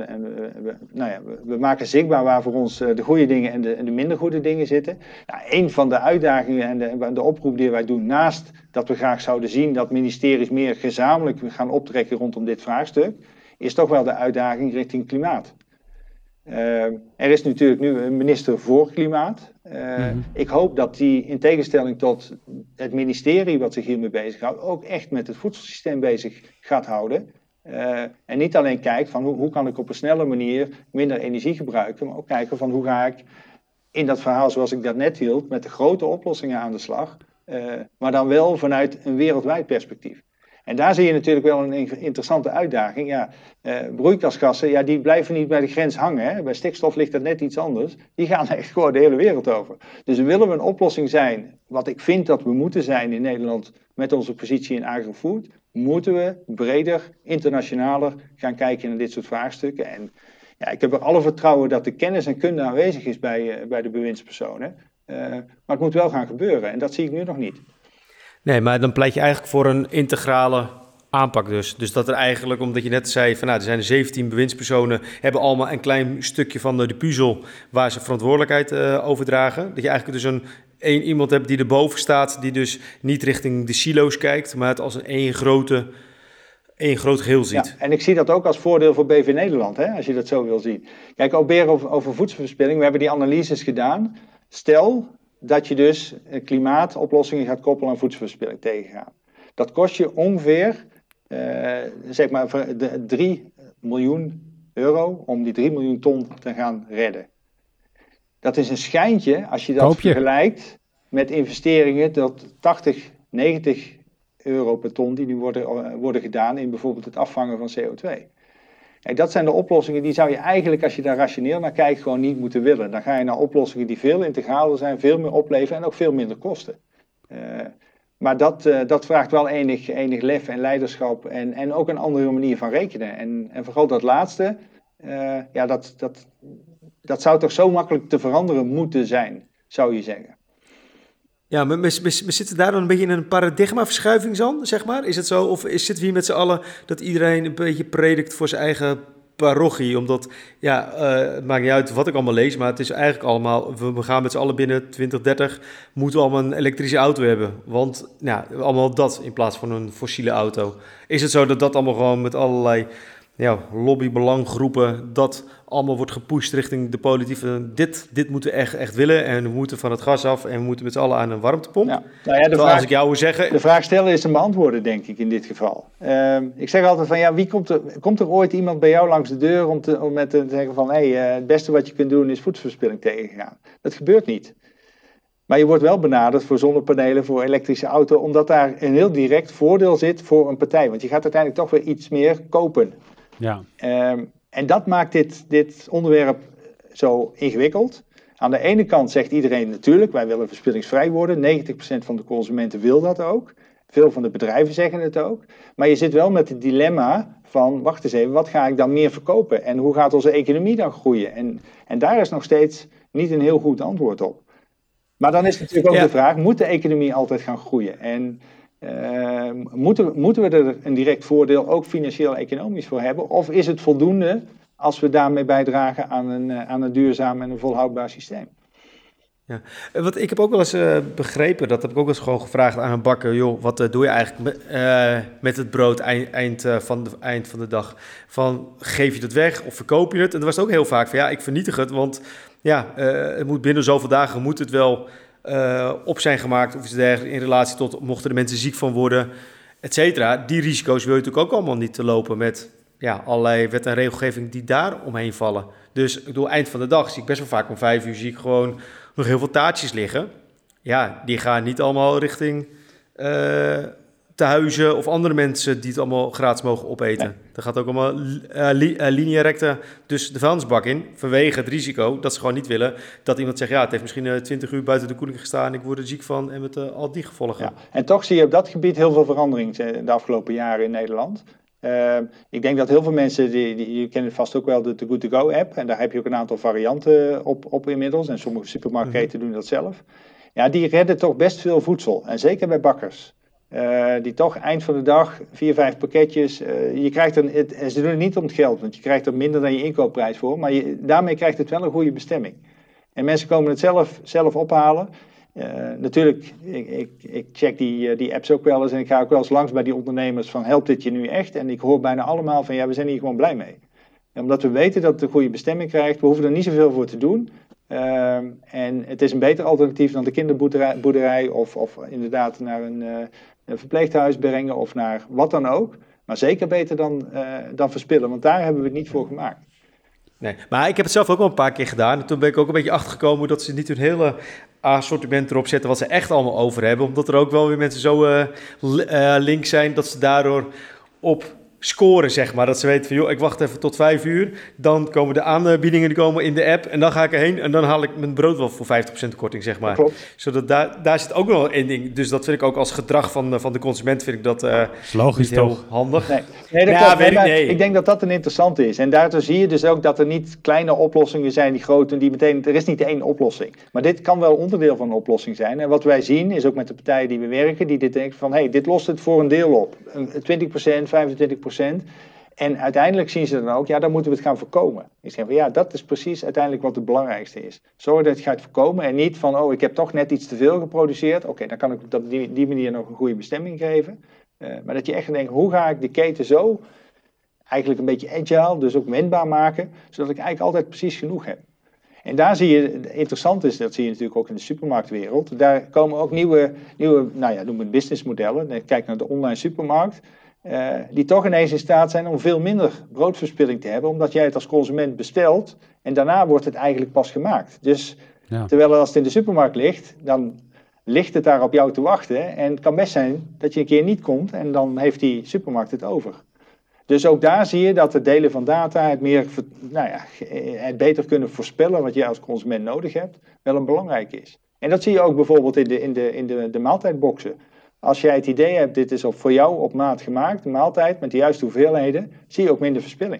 Speaker 3: we maken zichtbaar waar voor ons de goede dingen en de minder goede dingen zitten. Nou, een van de uitdagingen en de oproep die wij doen, naast dat we graag zouden zien dat ministeries meer gezamenlijk gaan optrekken rondom dit vraagstuk, is toch wel de uitdaging richting klimaat. Er is natuurlijk nu een minister voor klimaat. Ik hoop dat die in tegenstelling tot het ministerie wat zich hiermee bezighoudt, ook echt met het voedselsysteem bezig gaat houden. En niet alleen kijkt van hoe kan ik op een snelle manier minder energie gebruiken, maar ook kijken van hoe ga ik in dat verhaal zoals ik dat net hield, met de grote oplossingen aan de slag, maar dan wel vanuit een wereldwijd perspectief. En daar zie je natuurlijk wel een interessante uitdaging. Ja, broeikasgassen, die blijven niet bij de grens hangen. Hè. Bij stikstof ligt dat net iets anders. Die gaan echt gewoon de hele wereld over. Dus willen we een oplossing zijn, wat ik vind dat we moeten zijn in Nederland met onze positie in agrofood, moeten we breder, internationaler gaan kijken naar dit soort vraagstukken. En ja, ik heb er alle vertrouwen dat de kennis en kunde aanwezig is bij de bewindspersonen. Maar het moet wel gaan gebeuren en dat zie ik nu nog niet.
Speaker 2: Nee, maar dan pleit je eigenlijk voor een integrale aanpak dus. Dus dat er eigenlijk, omdat je net zei van er zijn 17 bewindspersonen, hebben allemaal een klein stukje van de puzzel waar ze verantwoordelijkheid over dragen. Dat je eigenlijk dus één iemand hebt die erboven staat, die dus niet richting de silo's kijkt, maar het als één groot geheel ziet.
Speaker 3: Ja, en ik zie dat ook als voordeel voor BV Nederland, hè, als je dat zo wil zien. Kijk, ook weer over voedselverspilling. We hebben die analyses gedaan. Stel dat je dus klimaatoplossingen gaat koppelen aan voedselverspilling tegengaan. Dat kost je ongeveer, zeg maar, 3 miljoen euro om die 3 miljoen ton te gaan redden. Dat is een schijntje als je dat vergelijkt met investeringen tot 80, 90 euro per ton die nu worden gedaan in bijvoorbeeld het afvangen van CO2. Kijk, dat zijn de oplossingen die zou je eigenlijk, als je daar rationeel naar kijkt, gewoon niet moeten willen. Dan ga je naar oplossingen die veel integraler zijn, veel meer opleveren en ook veel minder kosten. Maar dat vraagt wel enig lef en leiderschap en ook een andere manier van rekenen. En vooral dat laatste, dat zou toch zo makkelijk te veranderen moeten zijn, zou je zeggen.
Speaker 2: Ja, maar we zitten daar dan een beetje in een paradigmaverschuiving dan, zeg maar? Is het zo? Of zitten we hier met z'n allen dat iedereen een beetje predikt voor zijn eigen parochie? Omdat, het maakt niet uit wat ik allemaal lees, maar het is eigenlijk allemaal, we gaan met z'n allen binnen 2030, moeten we allemaal een elektrische auto hebben. Want, allemaal dat in plaats van een fossiele auto. Is het zo dat dat allemaal gewoon met allerlei lobbybelanggroepen, dat allemaal wordt gepusht richting de politiek. Dit moeten we echt willen en we moeten van het gas af en we moeten met z'n allen aan een warmtepomp.
Speaker 3: Ja. Nou ja,
Speaker 2: als ik jou wil zeggen...
Speaker 3: De vraag stellen is te beantwoorden, denk ik, in dit geval. Ik zeg altijd van, komt er ooit iemand bij jou langs de deur om met te zeggen van, het beste wat je kunt doen is voedselverspilling tegengaan. Dat gebeurt niet. Maar je wordt wel benaderd voor zonnepanelen, voor elektrische auto, omdat daar een heel direct voordeel zit voor een partij. Want je gaat uiteindelijk toch weer iets meer kopen.
Speaker 1: Ja.
Speaker 3: En dat maakt dit onderwerp zo ingewikkeld. Aan de ene kant zegt iedereen natuurlijk, wij willen verspillingsvrij worden. 90% van de consumenten wil dat ook. Veel van de bedrijven zeggen het ook. Maar je zit wel met het dilemma van, wacht eens even, wat ga ik dan meer verkopen? En hoe gaat onze economie dan groeien? En daar is nog steeds niet een heel goed antwoord op. Maar dan is natuurlijk ook de vraag, moet de economie altijd gaan groeien? En moeten we er een direct voordeel ook financieel-economisch voor hebben? Of is het voldoende als we daarmee bijdragen aan een duurzaam en een volhoudbaar systeem?
Speaker 2: Ja, wat ik heb ook wel eens begrepen, dat heb ik ook wel eens gewoon gevraagd aan een bakker, joh, wat doe je eigenlijk met het brood eind van de dag? Van, geef je het weg of verkoop je het? En dan was het ook heel vaak van, ik vernietig het, want het moet binnen zoveel dagen moet het wel op zijn gemaakt of iets dergelijks in relatie tot, mochten de mensen ziek van worden, et cetera. Die risico's wil je natuurlijk ook allemaal niet te lopen met allerlei wet en regelgeving die daar omheen vallen. Dus ik bedoel, eind van de dag zie ik best wel vaak om 5 uur zie ik gewoon nog heel veel taartjes liggen. Ja, die gaan niet allemaal richting tehuizen of andere mensen die het allemaal gratis mogen opeten. Nee. Dat gaat ook allemaal linea recta dus de vuilnisbak in, vanwege het risico dat ze gewoon niet willen dat iemand zegt, het heeft misschien 20 uur buiten de koeling gestaan, ik word er ziek van en met al die gevolgen.
Speaker 3: Ja. En toch zie je op dat gebied heel veel verandering de afgelopen jaren in Nederland. Ik denk dat heel veel mensen, je kent vast ook wel de Good To Go app. En daar heb je ook een aantal varianten op inmiddels. En sommige supermarktketen doen dat zelf. Ja, die redden toch best veel voedsel. En zeker bij bakkers. Die toch eind van de dag 4, 5 pakketjes. Je krijgt en ze doen het niet om het geld. Want je krijgt er minder dan je inkoopprijs voor. Maar daarmee krijgt het wel een goede bestemming. En mensen komen het zelf ophalen. Natuurlijk, ik check die apps ook wel eens en ik ga ook wel eens langs bij die ondernemers van helpt dit je nu echt? En ik hoor bijna allemaal van we zijn hier gewoon blij mee. En omdat we weten dat het een goede bestemming krijgt, we hoeven er niet zoveel voor te doen. En het is een beter alternatief dan de kinderboerderij of inderdaad naar een verpleeghuis brengen of naar wat dan ook. Maar zeker beter dan verspillen, want daar hebben we het niet voor gemaakt.
Speaker 2: Nee, maar ik heb het zelf ook al een paar keer gedaan. En toen ben ik ook een beetje achtergekomen dat ze niet hun hele assortiment erop zetten wat ze echt allemaal over hebben. Omdat er ook wel weer mensen zo link zijn dat ze daardoor op scoren, zeg maar. Dat ze weten van, joh, ik wacht even tot 5 uur. Dan komen de aanbiedingen die komen in de app. En dan ga ik erheen en dan haal ik mijn brood wel voor 50% korting, zeg maar.
Speaker 3: Klopt.
Speaker 2: Zodat daar zit ook wel één ding. Dus dat vind ik ook als gedrag van de consument, vind ik dat
Speaker 1: is logisch
Speaker 2: heel
Speaker 1: toch?
Speaker 2: handig.
Speaker 3: Nee, dat klopt. Ik denk dat dat een interessante is. En daardoor zie je dus ook dat er niet kleine oplossingen zijn die grote, die meteen, er is niet één oplossing. Maar dit kan wel onderdeel van een oplossing zijn. En wat wij zien is ook met de partijen die we werken, die dit denken van, hey, dit lost het voor een deel op. 20%, 25%. En uiteindelijk zien ze dan ook, ja, dan moeten we het gaan voorkomen. Ik zeg van, ja, dat is precies uiteindelijk wat het belangrijkste is. Zorg dat je het gaat voorkomen en niet van, oh, ik heb toch net iets te veel geproduceerd. Oké, dan kan ik op die manier nog een goede bestemming geven. Maar dat je echt denkt, hoe ga ik de keten zo eigenlijk een beetje agile, dus ook wendbaar maken, zodat ik eigenlijk altijd precies genoeg heb. En daar zie je, interessant is, dat zie je natuurlijk ook in de supermarktwereld, daar komen ook nieuwe nou ja, noem het businessmodellen. Kijk naar de online supermarkt, die toch ineens in staat zijn om veel minder broodverspilling te hebben, omdat jij het als consument bestelt en daarna wordt het eigenlijk pas gemaakt. Dus terwijl als het in de supermarkt ligt, dan ligt het daar op jou te wachten en het kan best zijn dat je een keer niet komt en dan heeft die supermarkt het over. Dus ook daar zie je dat het delen van data, het beter kunnen voorspellen wat je als consument nodig hebt, wel een belangrijke is. En dat zie je ook bijvoorbeeld in de maaltijdboxen. Als jij het idee hebt, dit is voor jou op maat gemaakt, een maaltijd met de juiste hoeveelheden, zie je ook minder verspilling.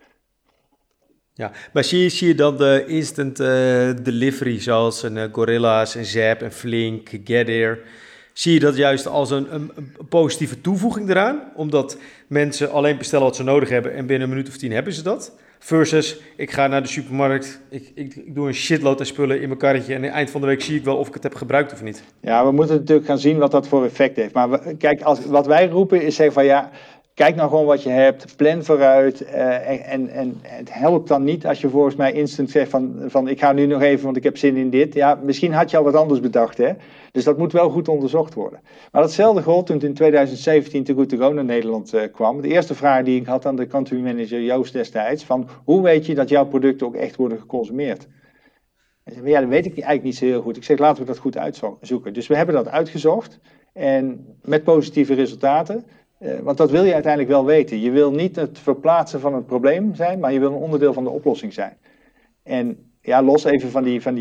Speaker 2: Ja, maar zie je dan de instant delivery, zoals een Gorilla's, een Zapp, een Flink, Getir, zie je dat juist als een positieve toevoeging eraan? Omdat mensen alleen bestellen wat ze nodig hebben en binnen een minuut of 10 hebben ze dat. Versus, ik ga naar de supermarkt, ik doe een shitload aan spullen in mijn karretje en aan het eind van de week zie ik wel of ik het heb gebruikt of niet. Ja,
Speaker 3: we moeten natuurlijk gaan zien wat dat voor effect heeft. Maar kijk, wat wij roepen is zeggen van ja, kijk nou gewoon wat je hebt, plan vooruit en het helpt dan niet als je volgens mij instant zegt van ik ga nu nog even, want ik heb zin in dit. Ja, misschien had je al wat anders bedacht, hè. Dus dat moet wel goed onderzocht worden. Maar datzelfde gold toen het in 2017 Too Good To Go naar Nederland kwam. De eerste vraag die ik had aan de country manager Joost destijds, van hoe weet je dat jouw producten ook echt worden geconsumeerd? Hij zei, ja, dat weet ik eigenlijk niet zo heel goed. Ik zeg, laten we dat goed uitzoeken. Dus we hebben dat uitgezocht en met positieve resultaten. Want dat wil je uiteindelijk wel weten. Je wil niet het verplaatsen van het probleem zijn, maar je wil een onderdeel van de oplossing zijn. En ja, los even van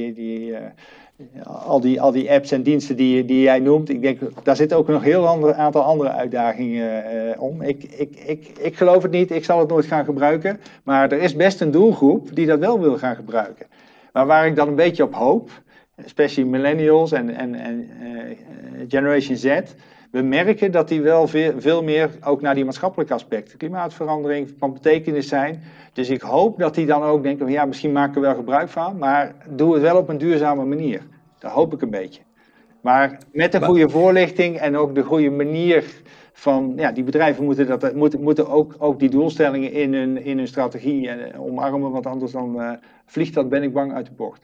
Speaker 3: al die apps en diensten die jij noemt. Ik denk, daar zitten ook nog een heel aantal andere uitdagingen om. Ik geloof het niet, ik zal het nooit gaan gebruiken. Maar er is best een doelgroep die dat wel wil gaan gebruiken. Maar waar ik dan een beetje op hoop, especially millennials en Generation Z, we merken dat die wel veel meer ook naar die maatschappelijke aspecten, klimaatverandering, van betekenis zijn. Dus ik hoop dat die dan ook denken van ja, misschien maken we wel gebruik van, maar doe het wel op een duurzame manier. Dat hoop ik een beetje. Maar met een goede voorlichting en ook de goede manier van, ja, die bedrijven moeten ook die doelstellingen in hun strategie omarmen, want anders dan vliegt dat, ben ik bang, uit de bocht.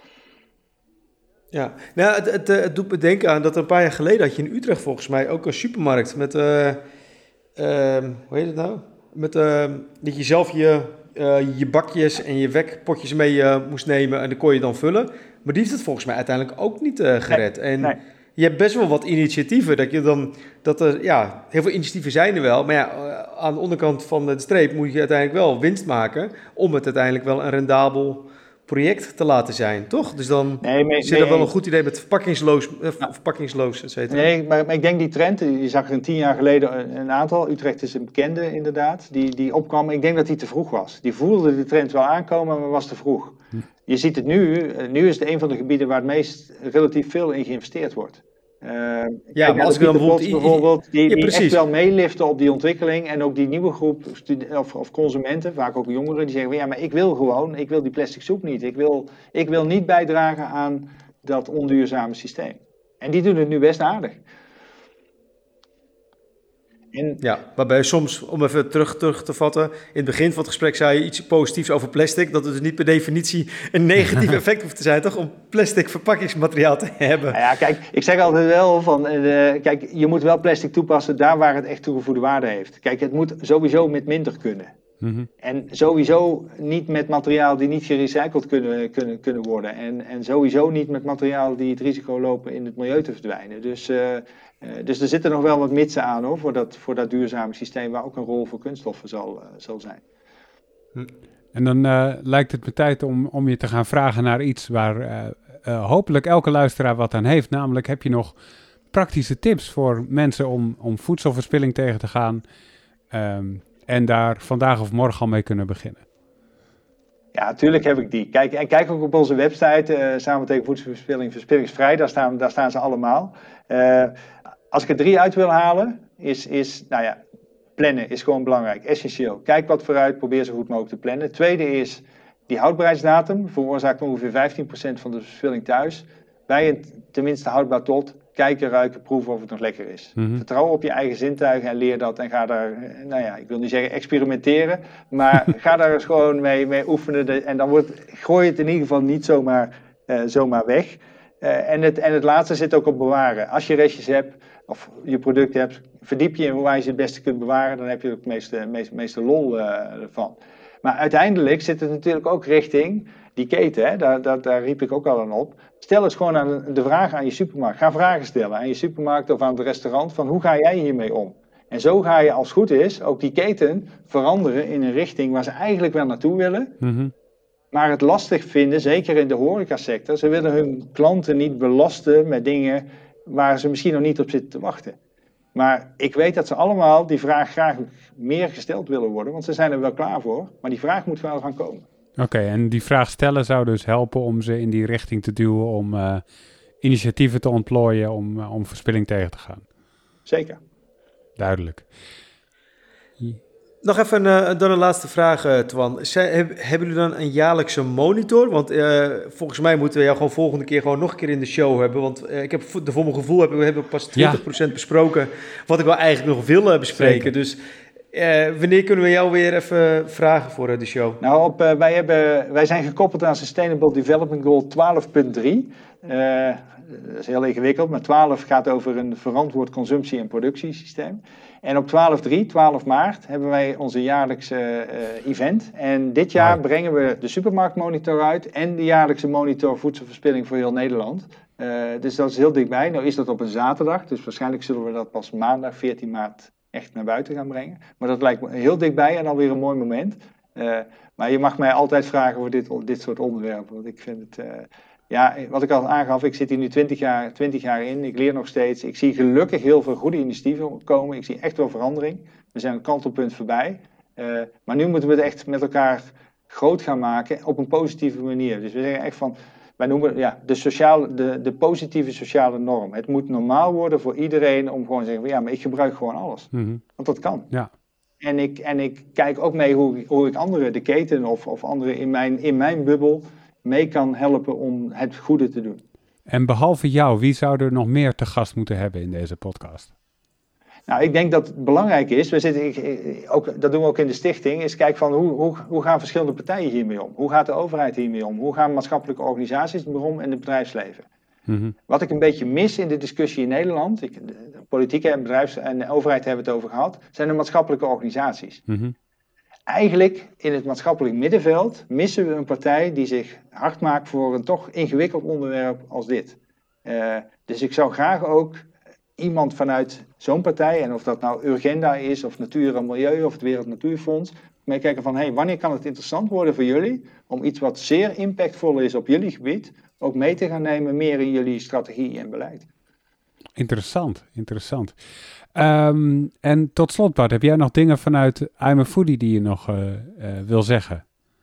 Speaker 2: Ja, nou, het doet me denken aan dat een paar jaar geleden had je in Utrecht volgens mij ook een supermarkt met, hoe heet het nou? Met dat je zelf je bakjes en je wekpotjes mee moest nemen en dan kon je dan vullen. Maar die heeft het volgens mij uiteindelijk ook niet gered. Nee. Je hebt best wel wat initiatieven, heel veel initiatieven zijn er wel. Maar ja, aan de onderkant van de streep moet je uiteindelijk wel winst maken om het uiteindelijk wel een rendabel project te laten zijn, toch? Dus dan zit er wel een goed idee met verpakkingsloos, et cetera.
Speaker 3: Nee, maar ik denk die trend, je zag er 10 jaar geleden een aantal, Utrecht is een bekende inderdaad, die opkwam. Ik denk dat die te vroeg was. Die voelde de trend wel aankomen, maar was te vroeg. Je ziet het nu is het een van de gebieden waar het meest relatief veel in geïnvesteerd wordt.
Speaker 2: Ja, maar als ik dan
Speaker 3: bijvoorbeeld die echt wel meeliften op die ontwikkeling en ook die nieuwe groep of consumenten, vaak ook jongeren, die zeggen ja, maar ik wil die plastic soep niet. Ik wil niet bijdragen aan dat onduurzame systeem. En die doen het nu best aardig.
Speaker 2: Ja, waarbij soms, om even terug te vatten, in het begin van het gesprek zei je iets positiefs over plastic, dat het dus niet per definitie een negatief effect hoeft te zijn, toch? Om plastic verpakkingsmateriaal te hebben.
Speaker 3: Nou ja, kijk, ik zeg altijd wel van, kijk, je moet wel plastic toepassen daar waar het echt toegevoegde waarde heeft. Kijk, het moet sowieso met minder kunnen.
Speaker 1: Mm-hmm.
Speaker 3: En sowieso niet met materiaal die niet gerecycled kunnen worden. En sowieso niet met materiaal die het risico lopen in het milieu te verdwijnen. Dus er zitten nog wel wat mitsen aan hoor, voor dat duurzame systeem waar ook een rol voor kunststoffen zal zijn.
Speaker 1: En dan lijkt het me tijd om je te gaan vragen naar iets waar hopelijk elke luisteraar wat aan heeft. Namelijk, heb je nog praktische tips voor mensen om voedselverspilling tegen te gaan en daar vandaag of morgen al mee kunnen beginnen?
Speaker 3: Ja, natuurlijk heb ik die. Kijk ook op onze website, Samen tegen voedselverspilling, Verspillingsvrij, daar staan ze allemaal. Als ik er 3 uit wil halen, plannen is gewoon belangrijk, essentieel. Kijk wat vooruit, probeer zo goed mogelijk te plannen. Tweede is, die houdbaarheidsdatum veroorzaakt ongeveer 15% van de verspilling thuis. Bij het tenminste houdbaar tot, kijken, ruiken, proeven of het nog lekker is. Mm-hmm. Vertrouw op je eigen zintuigen en leer dat en ga daar, ik wil niet zeggen experimenteren, maar ga daar eens gewoon mee oefenen en dan gooi het in ieder geval niet zomaar weg. En het laatste zit ook op bewaren. Als je restjes hebt of je product hebt, verdiep je in hoe je het beste kunt bewaren, dan heb je ook het meeste lol ervan. Maar uiteindelijk zit het natuurlijk ook richting die keten, hè? Daar riep ik ook al aan op. Stel eens gewoon de vraag aan je supermarkt. Ga vragen stellen aan je supermarkt of aan het restaurant van hoe ga jij hiermee om? En zo ga je, als het goed is, ook die keten veranderen in een richting waar ze eigenlijk wel naartoe willen. Mm-hmm. Maar het lastig vinden, zeker in de horecasector. Ze willen hun klanten niet belasten met dingen waar ze misschien nog niet op zitten te wachten. Maar ik weet dat ze allemaal die vraag graag meer gesteld willen worden, want ze zijn er wel klaar voor. Maar die vraag moet wel gaan komen.
Speaker 1: Oké, en die vraag stellen zou dus helpen om ze in die richting te duwen, om initiatieven te ontplooien, om verspilling tegen te gaan.
Speaker 3: Zeker.
Speaker 1: Duidelijk.
Speaker 2: Nog even dan een laatste vraag, Twan. Hebben jullie dan een jaarlijkse monitor? Want volgens mij moeten we jou gewoon volgende keer gewoon nog een keer in de show hebben. Want ik heb voor mijn gevoel hebben we pas 20% besproken wat ik wel eigenlijk nog wil bespreken. Zeker. Dus wanneer kunnen we jou weer even vragen voor de show?
Speaker 3: Nou, wij zijn gekoppeld aan Sustainable Development Goal 12.3. Dat is heel ingewikkeld, maar 12 gaat over een verantwoord consumptie- en productiesysteem. En op 12 maart hebben wij onze jaarlijkse event. En dit jaar brengen we de supermarktmonitor uit en de jaarlijkse monitor voedselverspilling voor heel Nederland. Dus dat is heel dichtbij. Nou is dat op een zaterdag, dus waarschijnlijk zullen we dat pas maandag 14 maart echt naar buiten gaan brengen. Maar dat lijkt me heel dichtbij en alweer een mooi moment. Maar je mag mij altijd vragen voor dit soort onderwerpen, want ik vind het... wat ik al aangaf, ik zit hier nu 20 jaar in, ik leer nog steeds. Ik zie gelukkig heel veel goede initiatieven komen, ik zie echt wel verandering. We zijn een kantelpunt voorbij. Maar nu moeten we het echt met elkaar groot gaan maken op een positieve manier. Dus we zeggen echt van, wij noemen de positieve sociale norm. Het moet normaal worden voor iedereen om gewoon te zeggen, maar ik gebruik gewoon alles. Mm-hmm. Want dat kan. Ja. En ik kijk ook mee hoe ik anderen, de keten of anderen in mijn bubbel, mee kan helpen om het goede te doen.
Speaker 1: En behalve jou, wie zou er nog meer te gast moeten hebben in deze podcast?
Speaker 3: Nou, ik denk dat het belangrijk is, dat doen we ook in de stichting, is kijken van hoe gaan verschillende partijen hiermee om? Hoe gaat de overheid hiermee om? Hoe gaan maatschappelijke organisaties ermee om en het bedrijfsleven? Mm-hmm. Wat ik een beetje mis in de discussie in Nederland, de politiek en de overheid hebben het over gehad, zijn de maatschappelijke organisaties. Mm-hmm. Eigenlijk in het maatschappelijk middenveld missen we een partij die zich hard maakt voor een toch ingewikkeld onderwerp als dit. Dus ik zou graag ook iemand vanuit zo'n partij, en of dat nou Urgenda is, of Natuur en Milieu, of het Wereld Natuurfonds, meekijken van, wanneer kan het interessant worden voor jullie om iets wat zeer impactvol is op jullie gebied, ook mee te gaan nemen meer in jullie strategie en beleid.
Speaker 1: Interessant. En tot slot, Bart, heb jij nog dingen vanuit I'm a Foodie die je nog wil zeggen?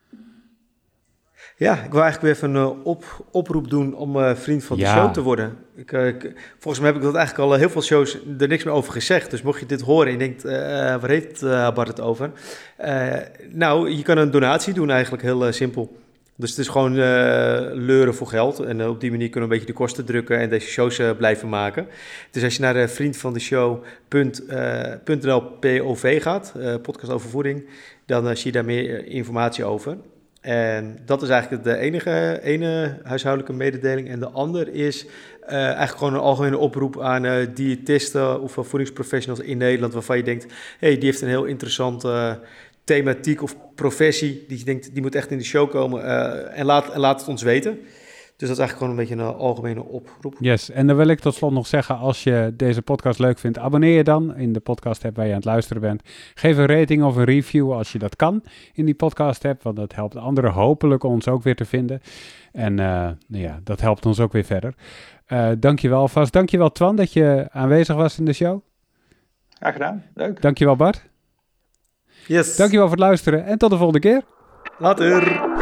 Speaker 2: Ja, ik wil eigenlijk weer even een oproep doen om vriend van de show te worden. Volgens mij heb ik dat eigenlijk al heel veel shows er niks meer over gezegd. Dus mocht je dit horen en je denkt, waar heeft Bart het over? Je kan een donatie doen eigenlijk, heel simpel. Dus het is gewoon leuren voor geld. En op die manier kunnen we een beetje de kosten drukken en deze shows blijven maken. Dus als je naar vriendvandeshow.nl POV gaat, podcast over voeding, dan zie je daar meer informatie over. En dat is eigenlijk de ene huishoudelijke mededeling. En de ander is eigenlijk gewoon een algemene oproep aan diëtisten of voedingsprofessionals in Nederland, waarvan je denkt, die heeft een heel interessant thematiek of professie die je denkt, die moet echt in de show komen. En laat het ons weten. Dus dat is eigenlijk gewoon een beetje een algemene oproep.
Speaker 1: Yes, en dan wil ik tot slot nog zeggen, als je deze podcast leuk vindt, abonneer je dan in de podcast-app waar je aan het luisteren bent. Geef een rating of een review als je dat kan in die podcast-app, want dat helpt anderen hopelijk ons ook weer te vinden. En dat helpt ons ook weer verder. Dankjewel alvast. Dankjewel Twan dat je aanwezig was in de show.
Speaker 3: Graag gedaan, leuk.
Speaker 1: Dankjewel Bart.
Speaker 2: Yes.
Speaker 1: Dankjewel voor het luisteren en tot de volgende keer.
Speaker 2: Later.